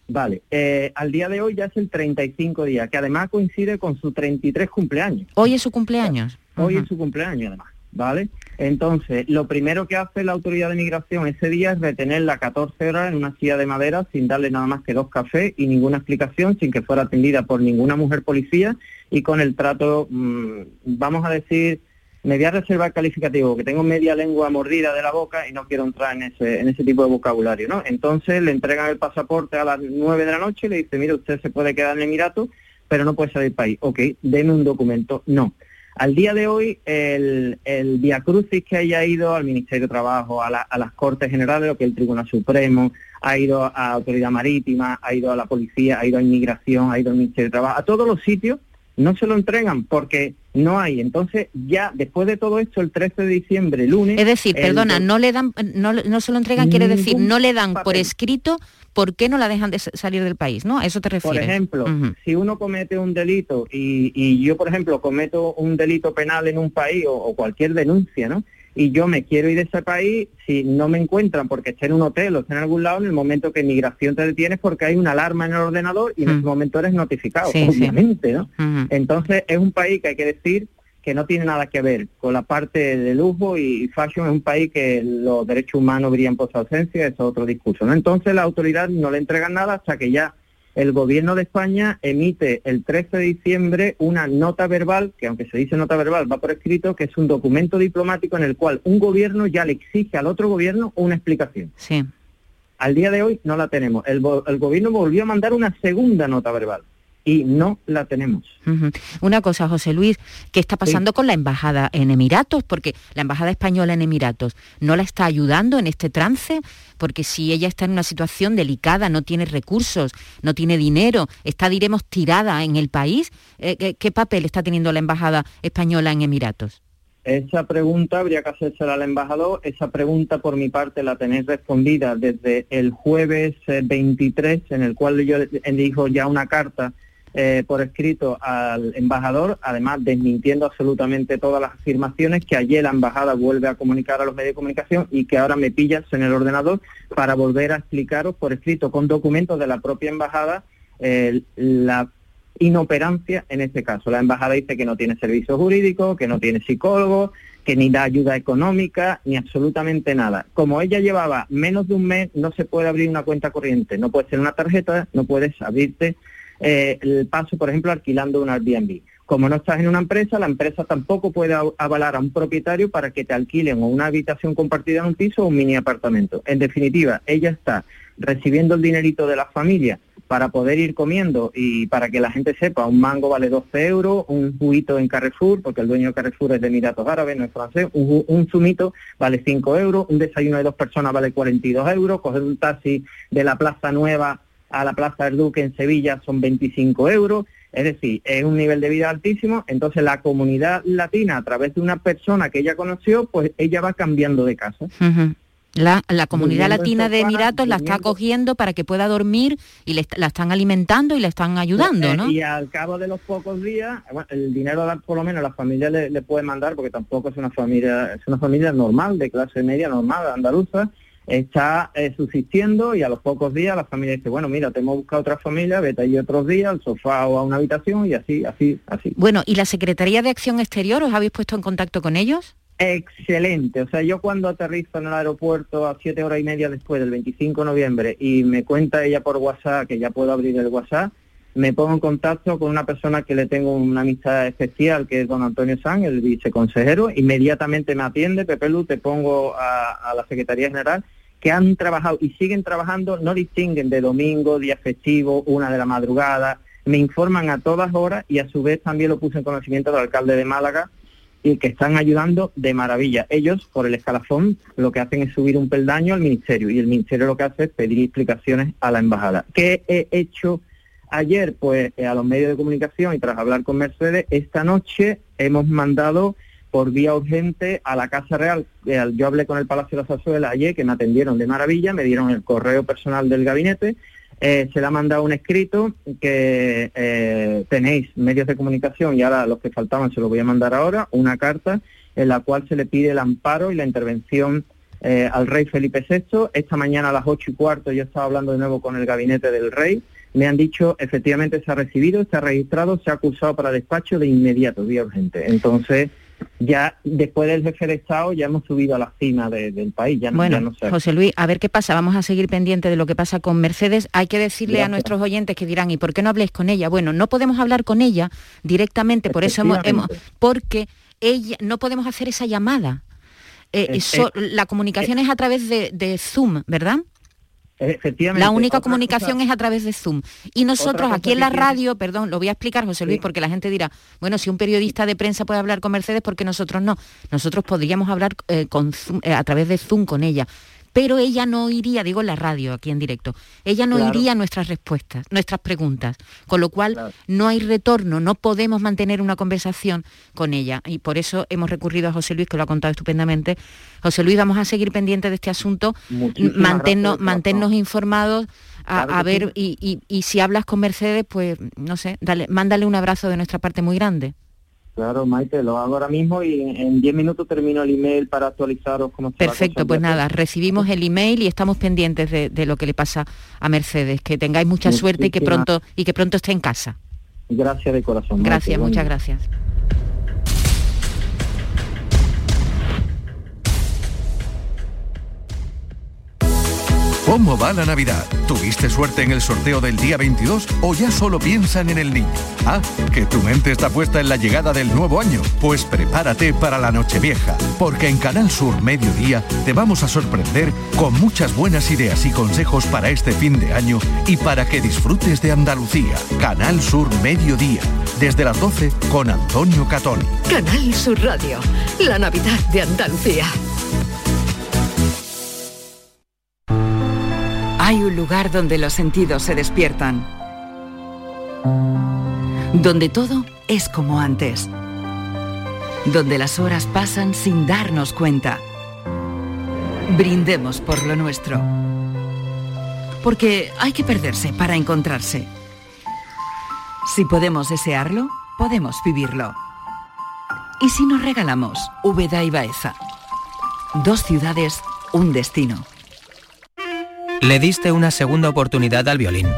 Vale, eh, al día de hoy ya es el treinta y cinco días, que además coincide con su treinta y tres cumpleaños. Hoy es su cumpleaños. Hoy Uh-huh. es su cumpleaños, además, ¿vale? Entonces, lo primero que hace la autoridad de migración ese día es retenerla catorce horas en una silla de madera sin darle nada más que dos cafés y ninguna explicación, sin que fuera atendida por ninguna mujer policía y con el trato, mmm, vamos a decir, me voy a reservar calificativo, que tengo media lengua mordida de la boca y no quiero entrar en ese en ese tipo de vocabulario, ¿no? Entonces le entregan el pasaporte a las nueve de la noche y le dice, mire, usted se puede quedar en el Emirato, pero no puede salir del país. Ok, deme un documento. No. Al día de hoy, el, el viacrucis que haya ido al Ministerio de Trabajo, a, la, a las Cortes Generales, lo que es el Tribunal Supremo, ha ido a Autoridad Marítima, ha ido a la Policía, ha ido a Inmigración, ha ido al Ministerio de Trabajo, a todos los sitios, no se lo entregan porque no hay. Entonces, ya después de todo esto, el trece de diciembre, lunes... Es decir, perdona, no le dan, no, no se lo entregan, quiere decir, no le dan papel. por escrito por qué no la dejan de salir del país, ¿no? ¿A eso te refieres? Por ejemplo, uh-huh. si uno comete un delito y, y yo, por ejemplo, cometo un delito penal en un país o, o cualquier denuncia, ¿no? Y yo me quiero ir de ese país, si no me encuentran porque esté en un hotel o esté en algún lado, en el momento que Migración te detiene es porque hay una alarma en el ordenador y en uh-huh. ese momento eres notificado, sí, obviamente, sí. ¿no? Uh-huh. Entonces es un país que hay que decir que no tiene nada que ver con la parte de lujo y fashion, es un país que los derechos humanos brillan por su ausencia, eso es otro discurso, ¿no? Entonces la autoridad no le entregan nada hasta que ya el gobierno de España emite el trece de diciembre una nota verbal, que aunque se dice nota verbal, va por escrito, que es un documento diplomático en el cual un gobierno ya le exige al otro gobierno una explicación. Sí. Al día de hoy no la tenemos. El, el gobierno volvió a mandar una segunda nota verbal y no la tenemos. Uh-huh. Una cosa, José Luis, ¿qué está pasando sí. con la embajada en Emiratos? Porque la embajada española en Emiratos no la está ayudando en este trance, porque si ella está en una situación delicada, no tiene recursos, no tiene dinero, está, diremos, tirada en el país, eh, ¿qué, qué papel está teniendo la embajada española en Emiratos? Esa pregunta habría que hacérsela al embajador. Esa pregunta, por mi parte, la tenéis respondida desde el jueves veintitrés, en el cual yo dijo ya una carta Eh, por escrito al embajador, además desmintiendo absolutamente todas las afirmaciones que ayer la embajada vuelve a comunicar a los medios de comunicación y que ahora me pillas en el ordenador para volver a explicaros por escrito con documentos de la propia embajada eh, la inoperancia en este caso. La embajada dice que no tiene servicios jurídicos, que no tiene psicólogos, que ni da ayuda económica, ni absolutamente nada. Como ella llevaba menos de un mes, no se puede abrir una cuenta corriente, no puedes tener una tarjeta, no puedes abrirte Eh, el paso, por ejemplo, alquilando un Airbnb. Como no estás en una empresa, la empresa tampoco puede avalar a un propietario para que te alquilen o una habitación compartida en un piso o un mini apartamento. En definitiva, ella está recibiendo el dinerito de la familia para poder ir comiendo y para que la gente sepa, un mango vale doce euros, un juguito en Carrefour, porque el dueño de Carrefour es de Emiratos Árabes, no es francés, un, un zumito vale cinco euros, un desayuno de dos personas vale cuarenta y dos euros, coger un taxi de la Plaza Nueva a la Plaza del Duque en Sevilla son veinticinco euros, es decir, es un nivel de vida altísimo. Entonces la comunidad latina, a través de una persona que ella conoció, pues ella va cambiando de casa. Uh-huh. La, la comunidad latina de Emiratos la está acogiendo para que pueda dormir y le, la están alimentando y le están ayudando, ¿no? Y al cabo de los pocos días, bueno, el dinero por lo menos la familia le, le puede mandar, porque tampoco es una familia, es una familia normal, de clase media normal, andaluza, está eh, subsistiendo, y a los pocos días la familia dice, bueno, mira, te hemos buscado otra familia, vete allí otros días al sofá o a una habitación, y así, así, así. Bueno, ¿y la Secretaría de Acción Exterior, os habéis puesto en contacto con ellos? Excelente, o sea, yo cuando aterrizo en el aeropuerto a siete horas y media después del veinticinco de noviembre y me cuenta ella por WhatsApp, que ya puedo abrir el WhatsApp, me pongo en contacto con una persona que le tengo una amistad especial, que es don Antonio Sanz, el viceconsejero. Inmediatamente me atiende, Pepe Lu, te pongo a, a la Secretaría General, que han trabajado y siguen trabajando, no distinguen de domingo, día festivo, una de la madrugada, me informan a todas horas, y a su vez también lo puse en conocimiento del alcalde de Málaga, y que están ayudando de maravilla. Ellos, por el escalafón, lo que hacen es subir un peldaño al ministerio, y el ministerio lo que hace es pedir explicaciones a la embajada. ¿Qué he hecho ayer? Pues eh, a los medios de comunicación, y tras hablar con Mercedes, esta noche hemos mandado por vía urgente a la Casa Real. Eh, yo hablé con el Palacio de la Zarzuela ayer, que me atendieron de maravilla, me dieron el correo personal del gabinete, eh, se le ha mandado un escrito que eh, tenéis medios de comunicación, y ahora los que faltaban se los voy a mandar ahora, una carta en la cual se le pide el amparo y la intervención eh, al rey Felipe sexto. Esta mañana a las ocho y cuarto yo estaba hablando de nuevo con el gabinete del rey. Me han dicho, efectivamente se ha recibido, se ha registrado, se ha cursado para despacho de inmediato, vía urgente. Entonces, ya después del jefe de Estado ya hemos subido a la cima de, del país. Ya no, bueno, ya no sé. José Luis, a ver qué pasa. Vamos a seguir pendiente de lo que pasa con Mercedes. Hay que decirle Gracias. a nuestros oyentes que dirán, ¿y por qué no habléis con ella? Bueno, no podemos hablar con ella directamente, por eso hemos, hemos porque ella no podemos hacer esa llamada. Eh, eh, so, eh, la comunicación eh, es a través de, de Zoom, ¿verdad? Efectivamente. La única comunicación cosa, es a través de Zoom. Y nosotros aquí en la radio, tiene... perdón, lo voy a explicar, José Luis, sí. porque la gente dirá, bueno, si un periodista de prensa puede hablar con Mercedes, ¿por qué nosotros no? Nosotros podríamos hablar eh, con Zoom, eh, a través de Zoom con ella. Pero ella no iría, digo en la radio, aquí en directo, ella no claro. iría a nuestras respuestas, nuestras preguntas, con lo cual claro. no hay retorno, no podemos mantener una conversación con ella. Y por eso hemos recurrido a José Luis, que lo ha contado estupendamente. José Luis, vamos a seguir pendientes de este asunto, mantennos, mantennos informados, a, claro a ver, sí. y, y, y si hablas con Mercedes, pues, no sé, dale, mándale un abrazo de nuestra parte muy grande. Claro, Maite, lo hago ahora mismo y en diez minutos termino el email para actualizaros cómo está. Perfecto, pues nada, recibimos el email y estamos pendientes de, de lo que le pasa a Mercedes. Que tengáis mucha Muchísima. suerte y que pronto y que pronto esté en casa. Gracias de corazón. Gracias, Maite, muchas gracias. ¿Cómo va la Navidad? ¿Tuviste suerte en el sorteo del día veintidós o ya solo piensan en el niño? Ah, que tu mente está puesta en la llegada del nuevo año. Pues prepárate para la Nochevieja, porque en Canal Sur Mediodía te vamos a sorprender con muchas buenas ideas y consejos para este fin de año y para que disfrutes de Andalucía. Canal Sur Mediodía, desde las doce con Antonio Catoni. Canal Sur Radio, la Navidad de Andalucía. Hay un lugar donde los sentidos se despiertan, donde todo es como antes, donde las horas pasan sin darnos cuenta. Brindemos por lo nuestro, porque hay que perderse para encontrarse. Si podemos desearlo, podemos vivirlo. ¿Y si nos regalamos Úbeda y Baeza? Dos ciudades, un destino. Le diste una segunda oportunidad al violín.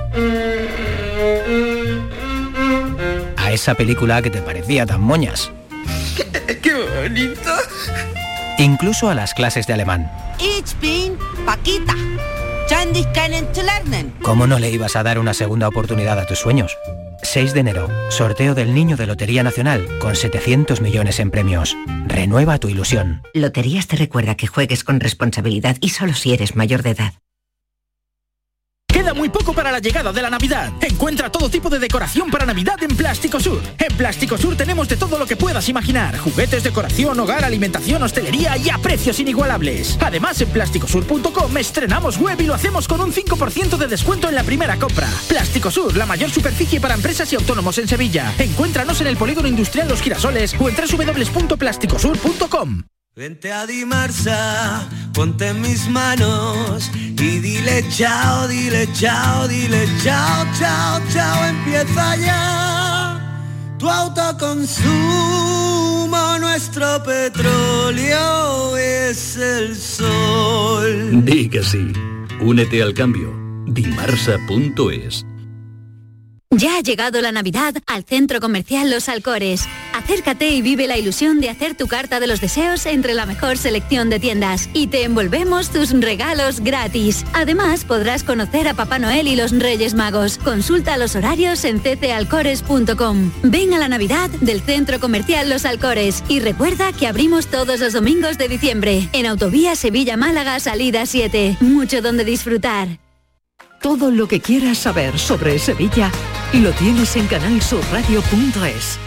A esa película que te parecía tan moñas. ¡Qué, qué bonito! Incluso a las clases de alemán. Ich bin Paquita. Chandisch kennen zu lernen. ¿Cómo no le ibas a dar una segunda oportunidad a tus sueños? seis de enero, sorteo del Niño de Lotería Nacional, con setecientos millones en premios. Renueva tu ilusión. Loterías te recuerda que juegues con responsabilidad y solo si eres mayor de edad. Queda muy poco para la llegada de la Navidad. Encuentra todo tipo de decoración para Navidad en Plástico Sur. En Plástico Sur tenemos de todo lo que puedas imaginar. Juguetes, decoración, hogar, alimentación, hostelería y a precios inigualables. Además, en plásticos sur punto com estrenamos web y lo hacemos con un cinco por ciento de descuento en la primera compra. Plástico Sur, la mayor superficie para empresas y autónomos en Sevilla. Encuéntranos en el Polígono Industrial Los Girasoles o en doble u doble u doble u punto plástico sur punto com. Vente a Dimarsa, ponte en mis manos y dile chao, dile chao, dile chao, chao, chao, empieza ya tu autoconsumo, nuestro petróleo es el sol. Di que sí, únete al cambio, dimarsa punto es. Ya ha llegado la Navidad al Centro Comercial Los Alcores. Acércate y vive la ilusión de hacer tu carta de los deseos entre la mejor selección de tiendas y te envolvemos tus regalos gratis. Además, podrás conocer a Papá Noel y los Reyes Magos. Consulta los horarios en c c alcores punto com. Ven a la Navidad del Centro Comercial Los Alcores y recuerda que abrimos todos los domingos de diciembre en Autovía Sevilla-Málaga, salida siete. Mucho donde disfrutar. Todo lo que quieras saber sobre Sevilla lo tienes en canal sur radio punto es.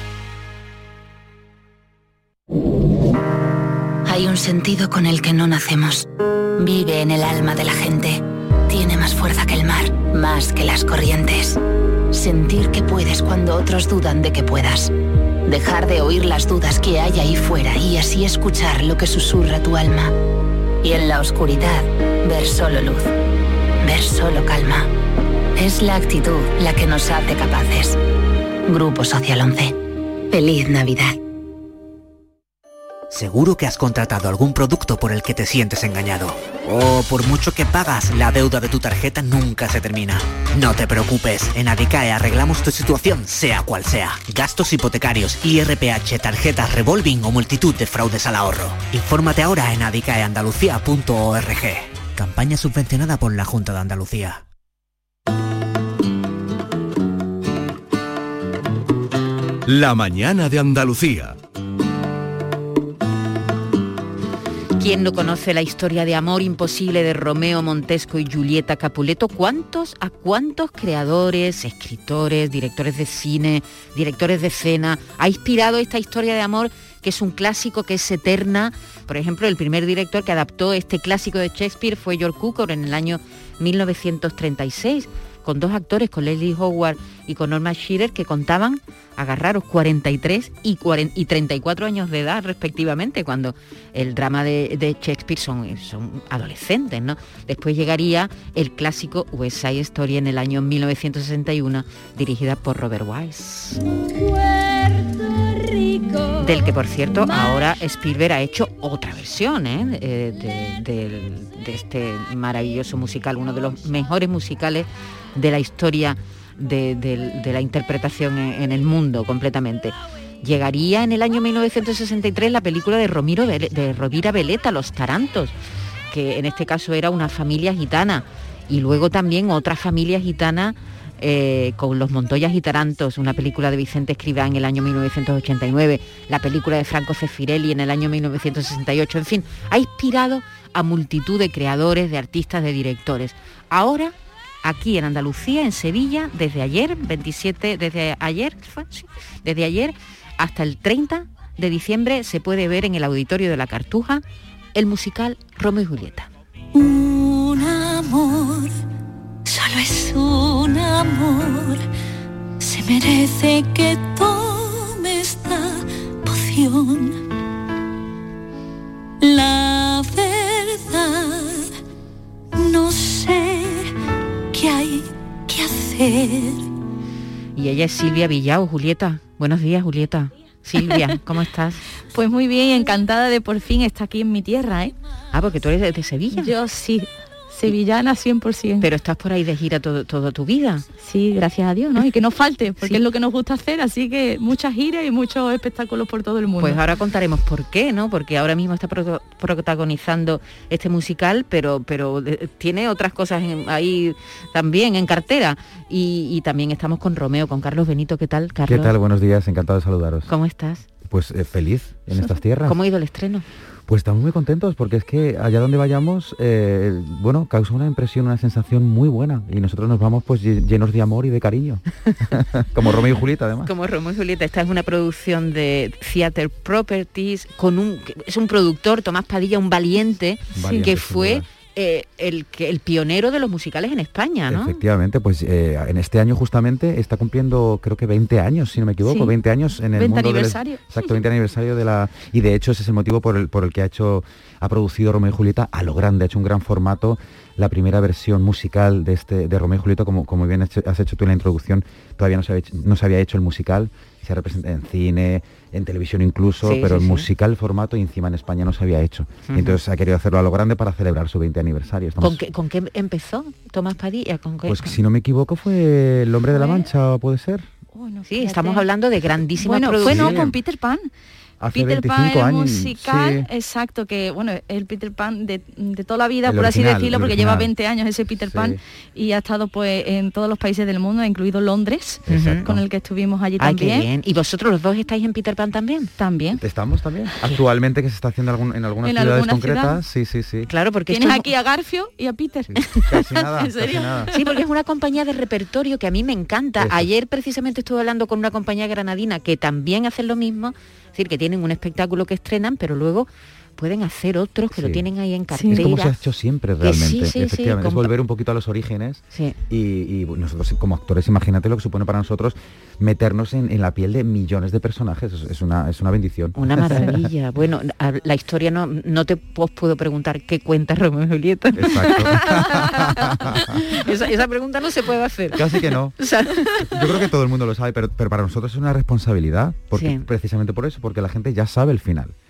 Hay un sentido con el que no nacemos. Vive en el alma de la gente. Tiene más fuerza que el mar, más que las corrientes. Sentir que puedes cuando otros dudan de que puedas. Dejar de oír las dudas que hay ahí fuera y así escuchar lo que susurra tu alma. Y en la oscuridad, ver solo luz. Ver solo calma. Es la actitud la que nos hace capaces. Grupo Social once. Feliz Navidad. Seguro que has contratado algún producto por el que te sientes engañado. O por mucho que pagas, la deuda de tu tarjeta nunca se termina. No te preocupes, en Adicae arreglamos tu situación, sea cual sea. Gastos hipotecarios, I R P H, tarjetas revolving o multitud de fraudes al ahorro. Infórmate ahora en adicae andalucía punto org. Campaña subvencionada por la Junta de Andalucía. La mañana de Andalucía. ¿Quién no conoce la historia de amor imposible de Romeo Montesco y Julieta Capuleto? ¿Cuántos, a cuántos creadores, escritores, directores de cine, directores de escena ha inspirado esta historia de amor, que es un clásico, que es eterna? Por ejemplo, el primer director que adaptó este clásico de Shakespeare fue George Cukor en el año mil novecientos treinta y seis, con dos actores, con Leslie Howard y con Norma Shearer, que contaban, agarraros, cuarenta y tres y, cuarenta y treinta y cuatro años de edad respectivamente, cuando el drama de, de Shakespeare son, son adolescentes, ¿no? Después llegaría el clásico West Side Story en el año mil novecientos sesenta y uno, dirigida por Robert Wise, del que, por cierto, ahora Spielberg ha hecho otra versión, ¿eh? eh de, de, de este maravilloso musical, uno de los mejores musicales de la historia de, de, de la interpretación en, en el mundo completamente. Llegaría en el año mil novecientos sesenta y tres la película de, Romiro, de Rovira Veleta, Los Tarantos, que en este caso era una familia gitana, y luego también otra familia gitana eh, con Los Montoyas y Tarantos, una película de Vicente Escrivá en el año mil novecientos ochenta y nueve, la película de Franco Zeffirelli en el año mil novecientos sesenta y ocho, en fin, ha inspirado a multitud de creadores, de artistas, de directores. Ahora, aquí en Andalucía, en Sevilla, desde ayer, veintisiete, desde ayer, sí, desde ayer hasta el treinta de diciembre se puede ver en el Auditorio de la Cartuja el musical Romeo y Julieta. Un amor, solo es un amor, se merece que tome esta poción. La verdad, no sé qué hay que hacer. Y ella es Silvia Villao. Julieta, buenos días, Julieta. Silvia, ¿cómo estás? Pues muy bien, encantada de por fin estar aquí en mi tierra, ¿eh? Ah, porque tú eres de, de Sevilla. Yo sí, sevillana cien por ciento. Pero estás por ahí de gira todo, toda tu vida. Sí, gracias a Dios, ¿no? Y que no falte, porque sí, es lo que nos gusta hacer, así que muchas giras y muchos espectáculos por todo el mundo. Pues ahora contaremos por qué, ¿no? Porque ahora mismo está pro- protagonizando este musical, pero, pero de, tiene otras cosas en, ahí también en cartera. Y, y también estamos con Romeo, con Carlos Benito. ¿Qué tal, Carlos? ¿Qué tal? Buenos días, encantado de saludaros. ¿Cómo estás? Pues eh, feliz en estas tierras. ¿Cómo ha ido el estreno? Pues estamos muy contentos porque es que allá donde vayamos, eh, bueno, causa una impresión, una sensación muy buena y nosotros nos vamos pues llenos de amor y de cariño, como Romeo y Julieta además. Como Romeo y Julieta. Esta es una producción de Theatre Properties con un, es un productor, Tomás Padilla, un valiente, valiente que fue eh, el, que, el pionero de los musicales en España, ¿no? Efectivamente, pues eh, en este año justamente está cumpliendo creo que veinte años, si no me equivoco, sí. veinte años en el veinte mundo aniversario. Del, exacto, veinte aniversario de la... Y de hecho ese es el motivo por el, por el que ha hecho, ha producido Romeo y Julieta a lo grande, ha hecho un gran formato, la primera versión musical de este de Romeo y Julieta, como, como bien has hecho tú en la introducción, todavía no se había hecho, no se había hecho el musical, se representa en cine, en televisión incluso, sí, pero sí, el musical sí. formato y encima en España no se había hecho. Uh-huh. Entonces ha querido hacerlo a lo grande para celebrar su veinte aniversario. Estamos... ¿Con, qué, ¿Con qué empezó Tomás Padilla? ¿Con qué? Pues si no me equivoco fue El Hombre de la Mancha, ¿puede ser? Oh, no, sí, estamos hablando de grandísimas bueno, producciones. Bueno, con Peter Pan. Hace Peter veinticinco Pan, años, el musical, sí. exacto, que bueno, es el Peter Pan de, de toda la vida, el por original, así decirlo, porque original. lleva veinte años ese Peter Pan sí. y ha estado pues en todos los países del mundo, incluido Londres, exacto. con el que estuvimos allí Ay, también. Qué bien. ¿Y vosotros los dos estáis en Peter Pan también? También. Estamos también. Actualmente que se está haciendo algún, en algunas ¿En ciudades alguna concretas, ciudad? sí, sí, sí. Claro, porque tienes esto aquí a Garfio y a Peter. Sí, casi nada, ¿En serio? casi nada. Sí, porque es una compañía de repertorio que a mí me encanta. Eso. Ayer precisamente estuve hablando con una compañía granadina que también hacen lo mismo. Es decir, que tienen un espectáculo que estrenan, pero luego pueden hacer otros que sí. lo tienen ahí en cartera. Sí. Es como se ha hecho siempre realmente, sí, sí, efectivamente. Sí, es volver un poquito a los orígenes sí. y, y nosotros como actores, imagínate lo que supone para nosotros meternos en, en la piel de millones de personajes. Es, es, una, es una bendición. Una maravilla. Bueno, la historia no, no te os puedo preguntar qué cuenta Romeo y Julieta. Exacto. esa, esa pregunta no se puede hacer. Casi que no. O sea... Yo creo que todo el mundo lo sabe, pero, pero para nosotros es una responsabilidad, porque sí. precisamente por eso, porque la gente ya sabe el final.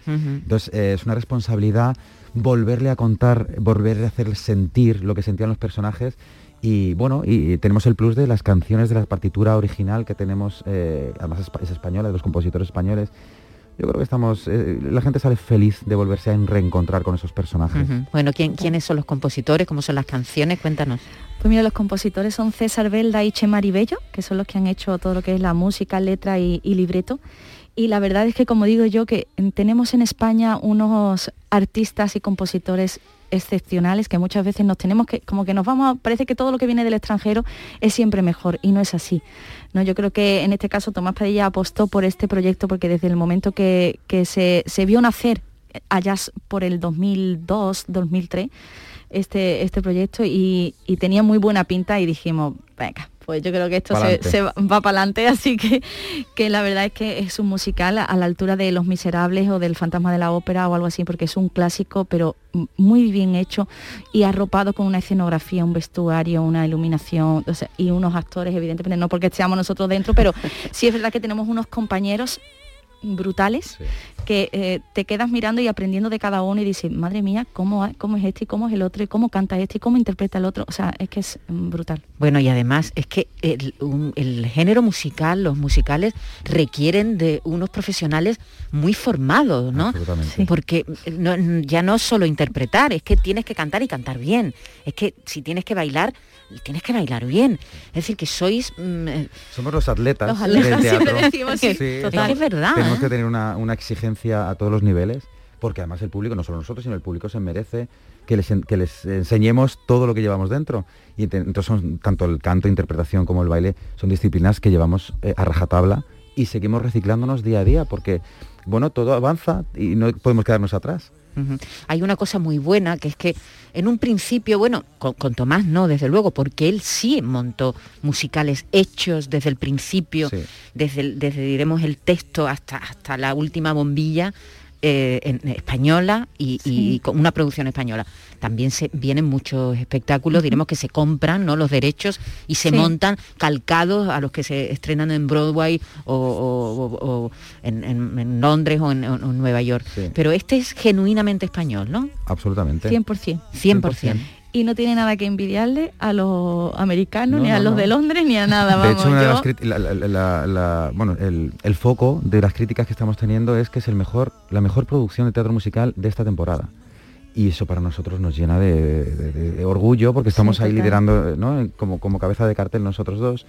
Uh-huh. Entonces eh, es una responsabilidad volverle a contar, volverle a hacer sentir lo que sentían los personajes. Y bueno, y tenemos el plus de las canciones de la partitura original que tenemos, eh, además es, es española, de los compositores españoles. Yo creo que estamos, eh, la gente sale feliz de volverse a reencontrar con esos personajes. Uh-huh. Bueno, ¿quién, ¿quiénes son los compositores? ¿Cómo son las canciones? Cuéntanos. Pues mira, los compositores son César Belda y Chemari Bello, que son los que han hecho todo lo que es la música, letra y, y libreto. Y la verdad es que, como digo yo, que tenemos en España unos artistas y compositores excepcionales que muchas veces nos tenemos que, como que nos vamos a, parece que todo lo que viene del extranjero es siempre mejor, y no es así, ¿no? Yo creo que en este caso Tomás Padilla apostó por este proyecto porque desde el momento que, que se, se vio nacer allá por el dos mil dos, dos mil tres, este, este proyecto, y, y tenía muy buena pinta, y dijimos, venga, pues yo creo que esto se, se va, va para adelante, así que, que la verdad es que es un musical a la altura de Los Miserables o del Fantasma de la Ópera o algo así, porque es un clásico, pero muy bien hecho y arropado con una escenografía, un vestuario, una iluminación, o sea, y unos actores, evidentemente, no porque estemos nosotros dentro, pero sí es verdad que tenemos unos compañeros brutales, sí, que eh, te quedas mirando y aprendiendo de cada uno y dices, madre mía, ¿cómo, cómo es este y cómo es el otro y cómo canta este y cómo interpreta el otro? O sea, es que es mm, brutal. Bueno, y además es que el, un, el género musical, los musicales requieren de unos profesionales muy formados, ¿no? Absolutamente. Porque no, ya no es solo interpretar, es que tienes que cantar y cantar bien. Es que si tienes que bailar, tienes que bailar bien. Es decir, que sois... Mm, somos los atletas, los atletas del teatro. siempre decimos, sí, sí, total. Es, es verdad. Tenemos ¿eh? que tener una, una exigencia a todos los niveles, porque además el público, no solo nosotros, sino el público se merece que les, que les enseñemos todo lo que llevamos dentro. Y te, entonces son, tanto el canto, interpretación como el baile, son disciplinas que llevamos eh, a rajatabla y seguimos reciclándonos día a día, porque bueno, todo avanza y no podemos quedarnos atrás. Uh-huh. Hay una cosa muy buena, que es que en un principio, bueno, con, con Tomás no, desde luego, porque él sí montó musicales hechos desde el principio, sí, desde, el, desde diremos el texto hasta, hasta la última bombilla, eh, en, española y, sí, y con una producción española. También se vienen muchos espectáculos, diremos, que se compran, ¿no?, los derechos y se sí, montan calcados a los que se estrenan en Broadway o, o, o, o en, en, en Londres o en, o en Nueva York. Sí. Pero este es genuinamente español, ¿no? Absolutamente. cien por ciento. cien por ciento. Y no tiene nada que envidiarle a los americanos, no, ni a no, los no. de Londres, ni a nada. Vamos, de hecho, una yo... de las crit- la, la, la, la, bueno, el, el foco de las críticas que estamos teniendo es que es el mejor, la mejor producción de teatro musical de esta temporada. Y eso para nosotros nos llena de, de, de, de orgullo, porque estamos sí, ahí liderando, ¿no?, como, como cabeza de cartel nosotros dos.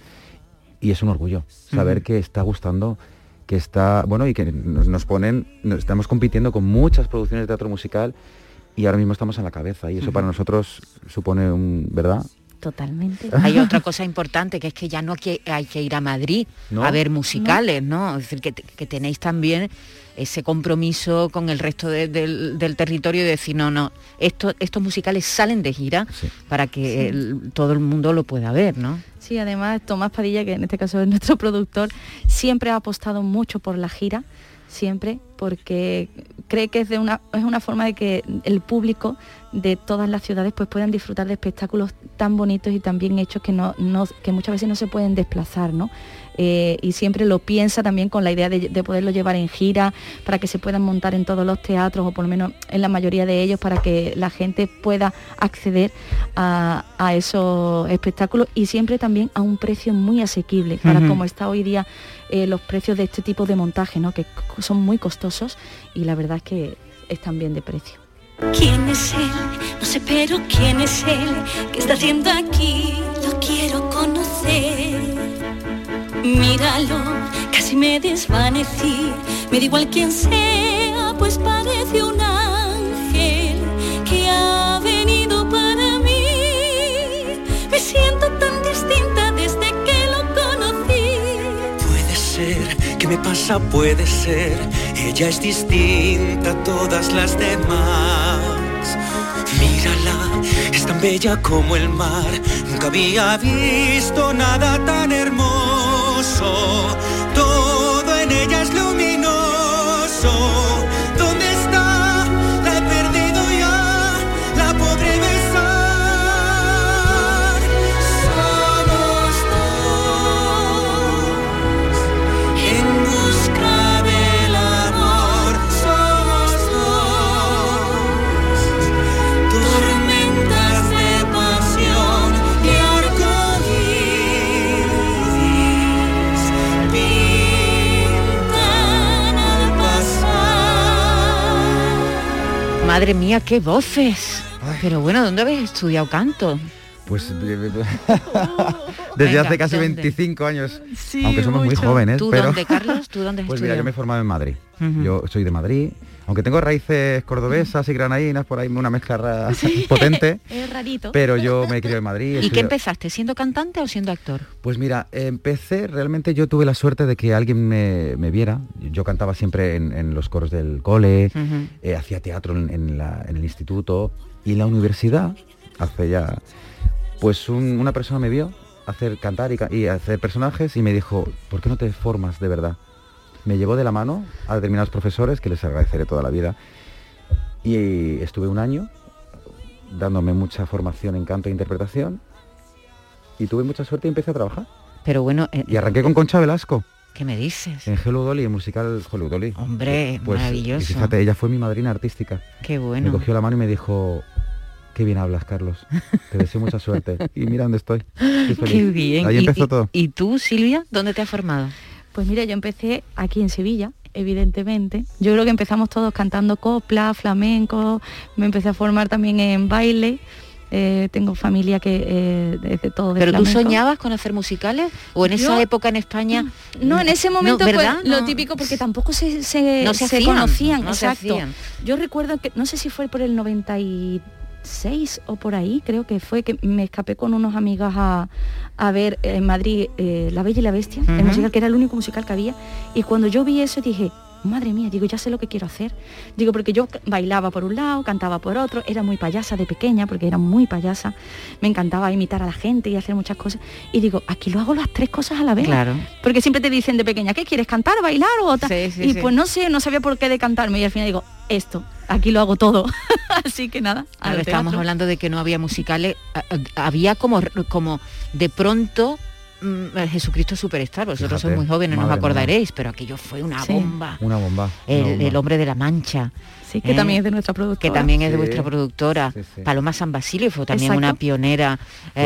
Y es un orgullo saber uh-huh. que está gustando, que está, bueno, y que nos, nos ponen, nos estamos compitiendo con muchas producciones de teatro musical. Y ahora mismo estamos en la cabeza y eso uh-huh. para nosotros supone un, ¿verdad? Totalmente. Hay otra cosa importante, que es que ya no hay que ir a Madrid ¿no? a ver musicales, ¿no? ¿no? Es decir, que, que tenéis también ese compromiso con el resto de, del, del territorio de decir, no, no, esto, estos musicales salen de gira sí. para que sí. el, todo el mundo lo pueda ver, ¿no? Sí, además Tomás Padilla, que en este caso es nuestro productor, siempre ha apostado mucho por la gira, siempre, porque cree que es de una es una forma de que el público de todas las ciudades pues puedan disfrutar de espectáculos tan bonitos y tan bien hechos que no, no que muchas veces no se pueden desplazar, ¿no? Eh, y siempre lo piensa también con la idea de, de poderlo llevar en gira para que se puedan montar en todos los teatros o por lo menos en la mayoría de ellos, para que la gente pueda acceder a, a esos espectáculos, y siempre también a un precio muy asequible para uh-huh. como está hoy día eh, los precios de este tipo de montaje, ¿no?, que son muy costosos y la verdad es que están bien de precio. ¿Quién es él? No sé, pero ¿quién es él? ¿Qué está haciendo aquí? Lo quiero conocer. Míralo, casi me desvanecí. Me da igual quién sea, pues parece un ángel que ha venido para mí. Me siento tan distinta desde que lo conocí. Puede ser, ¿qué me pasa? Puede ser. Ella es distinta a todas las demás. Mírala, es tan bella como el mar. Nunca había visto nada tan hermoso. Todo en ella es luminoso. ¿Dónde está? La he perdido ya. La podré besar. Somos dos en busca del amor. Somos Madre mía, qué voces. Ay. Pero bueno, ¿dónde habéis estudiado canto? Pues desde Venga, hace casi ¿dónde? veinticinco años, sí, aunque somos mucho. muy jóvenes. ¿Tú pero... dónde, Carlos? ¿Tú dónde has Pues estudiado? mira, yo me he formado en Madrid. Uh-huh. Yo soy de Madrid, aunque tengo raíces cordobesas y granadinas, por ahí una mezcla ra... sí. potente. Es rarito. Pero yo me he criado en Madrid. ¿Y estudiado... qué empezaste? ¿Siendo cantante o siendo actor? Pues mira, empecé, realmente yo tuve la suerte de que alguien me, me viera. Yo cantaba siempre en, en los coros del cole, uh-huh. eh, hacía teatro en, en, la, en el instituto y en la universidad, hace ya... Pues un, una persona me vio hacer cantar y, y hacer personajes y me dijo, ¿por qué no te formas de verdad? Me llevó de la mano a determinados profesores, que les agradeceré toda la vida, y estuve un año dándome mucha formación en canto e interpretación y tuve mucha suerte y empecé a trabajar. Pero bueno... Eh, y arranqué con Concha Velasco. ¿Qué me dices? En Hello Dolly, el musical Hello Dolly. Hombre, pues, maravilloso. Y fíjate, ella fue mi madrina artística. Qué bueno. Me cogió la mano y me dijo... Qué bien hablas, Carlos. Te deseo mucha suerte. Y mira dónde estoy. estoy Qué bien. Ahí empezó ¿Y, todo. ¿Y tú, Silvia, dónde te has formado? Pues mira, yo empecé aquí en Sevilla, evidentemente. Yo creo que empezamos todos cantando copla, flamenco. Me empecé a formar también en baile. Eh, tengo familia que eh, de, de todo de ¿Pero flamenco. tú soñabas con hacer musicales? ¿O en Yo, esa época en España? No, en ese momento no, ¿verdad? Pues, lo no. típico, porque tampoco se, se, no se, se hacían, conocían. No exacto. Se hacían. Yo recuerdo que, no sé si fue por el noventa y seis o por ahí, creo que fue, que me escapé con unos amigos a, a ver en Madrid eh, La Bella y la Bestia, uh-huh. el musical, que era el único musical que había, y cuando yo vi eso dije, madre mía, digo, ya sé lo que quiero hacer. Digo, porque yo bailaba por un lado, cantaba por otro, era muy payasa de pequeña, porque era muy payasa, me encantaba imitar a la gente y hacer muchas cosas, y digo, aquí lo hago las tres cosas a la vez. Claro. Porque siempre te dicen de pequeña, ¿qué quieres, cantar, bailar o tal? Sí, sí, y sí. pues no sé, no sabía por qué decantarme, y al final digo, esto, aquí lo hago todo. Así que nada. Ahora estábamos hablando de que no había musicales, había como, como de pronto Jesucristo Superstar, vosotros sois muy jóvenes, no os acordaréis, mía. Pero aquello fue una sí. bomba. Una bomba. El, una bomba. el hombre de la Mancha. Sí, que eh, también es de nuestra productora. Que también es de sí. vuestra productora. Sí, sí. Paloma San Basilio fue también Exacto. una pionera.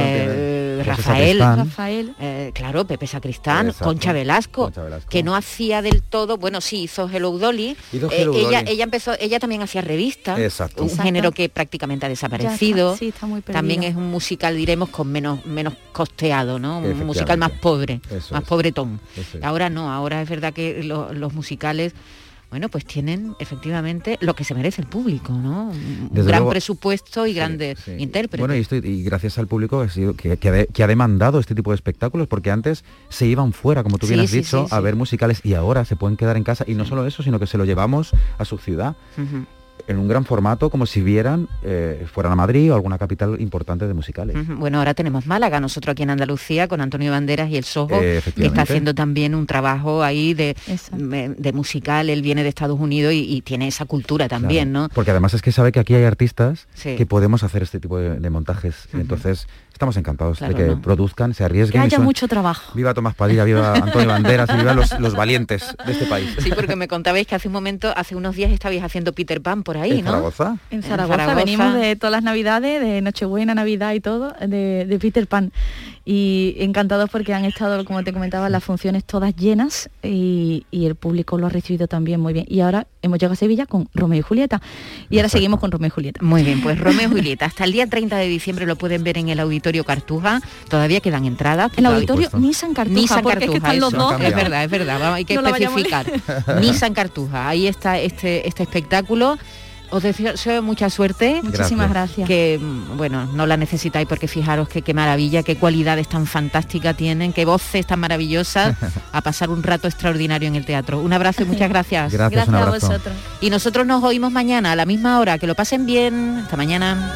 Eh, José Rafael, Rafael. Eh, claro, Pepe Sacristán, Concha Velasco, Concha Velasco, que no hacía del todo, bueno, sí, hizo Hello Dolly. Hello eh, Dolly. Ella, ella empezó, ella también hacía revistas, Exacto. un Exacto. género que prácticamente ha desaparecido. Está, sí, está muy también es un musical, diremos, con menos, menos costeado, ¿no? Un musical más pobre, Eso más es. pobretón. Eso es. Ahora no, ahora es verdad que lo, los musicales, bueno, pues tienen efectivamente lo que se merece el público, ¿no? Un Desde gran luego, presupuesto y sí, grandes sí. intérpretes. Bueno, y, esto, y gracias al público ha sido, que, que, ha de, que ha demandado este tipo de espectáculos, porque antes se iban fuera, como tú bien sí, has sí, dicho, sí, a sí. ver musicales, y ahora se pueden quedar en casa, y no solo eso, sino que se lo llevamos a su ciudad. Uh-huh. En un gran formato, como si vieran, eh, fueran a Madrid o alguna capital importante de musicales. Uh-huh. Bueno, ahora tenemos Málaga, nosotros aquí en Andalucía, con Antonio Banderas y el Soho, eh, que está haciendo también un trabajo ahí de, de musical. Él viene de Estados Unidos y, y tiene esa cultura también, claro. ¿no? Porque además es que sabe que aquí hay artistas sí. que podemos hacer este tipo de, de montajes. Uh-huh. Entonces, estamos encantados claro, de que no. produzcan, se arriesguen. Que haya son... mucho trabajo. Viva Tomás Padilla, viva Antonio Banderas y viva los, los valientes de este país. Sí, porque me contabais que hace un momento, hace unos días estabais haciendo Peter Pan por ahí, ¿En ¿no? Zaragoza? En Zaragoza, en Zaragoza venimos de todas las navidades, de Nochebuena, Navidad y todo, de, de Peter Pan. Y encantados porque han estado, como te comentaba, las funciones todas llenas y, y el público lo ha recibido también muy bien. Y ahora hemos llegado a Sevilla con Romeo y Julieta. Y ahora Exacto. seguimos con Romeo y Julieta. Muy bien, pues Romeo y Julieta. Hasta el día treinta de diciembre lo pueden ver en el Auditorio Cartuja. Todavía quedan entradas. El Auditorio Nissan Cartuja, Nissan porque Cartuja, es que están los dos. Es verdad, es verdad. Vamos, hay que no especificar. Nissan Cartuja. Ahí está este, este espectáculo. Os deseo mucha suerte. Muchísimas gracias. Que, bueno, no la necesitáis porque fijaros que qué maravilla, qué cualidades tan fantásticas tienen, qué voces tan maravillosas, a pasar un rato extraordinario en el teatro. Un abrazo y muchas gracias. Gracias, gracias a vosotros. Y nosotros nos oímos mañana a la misma hora. Que lo pasen bien. Hasta mañana.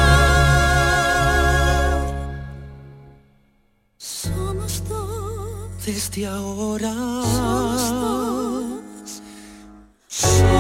Somos dos desde ahora. Somos dos.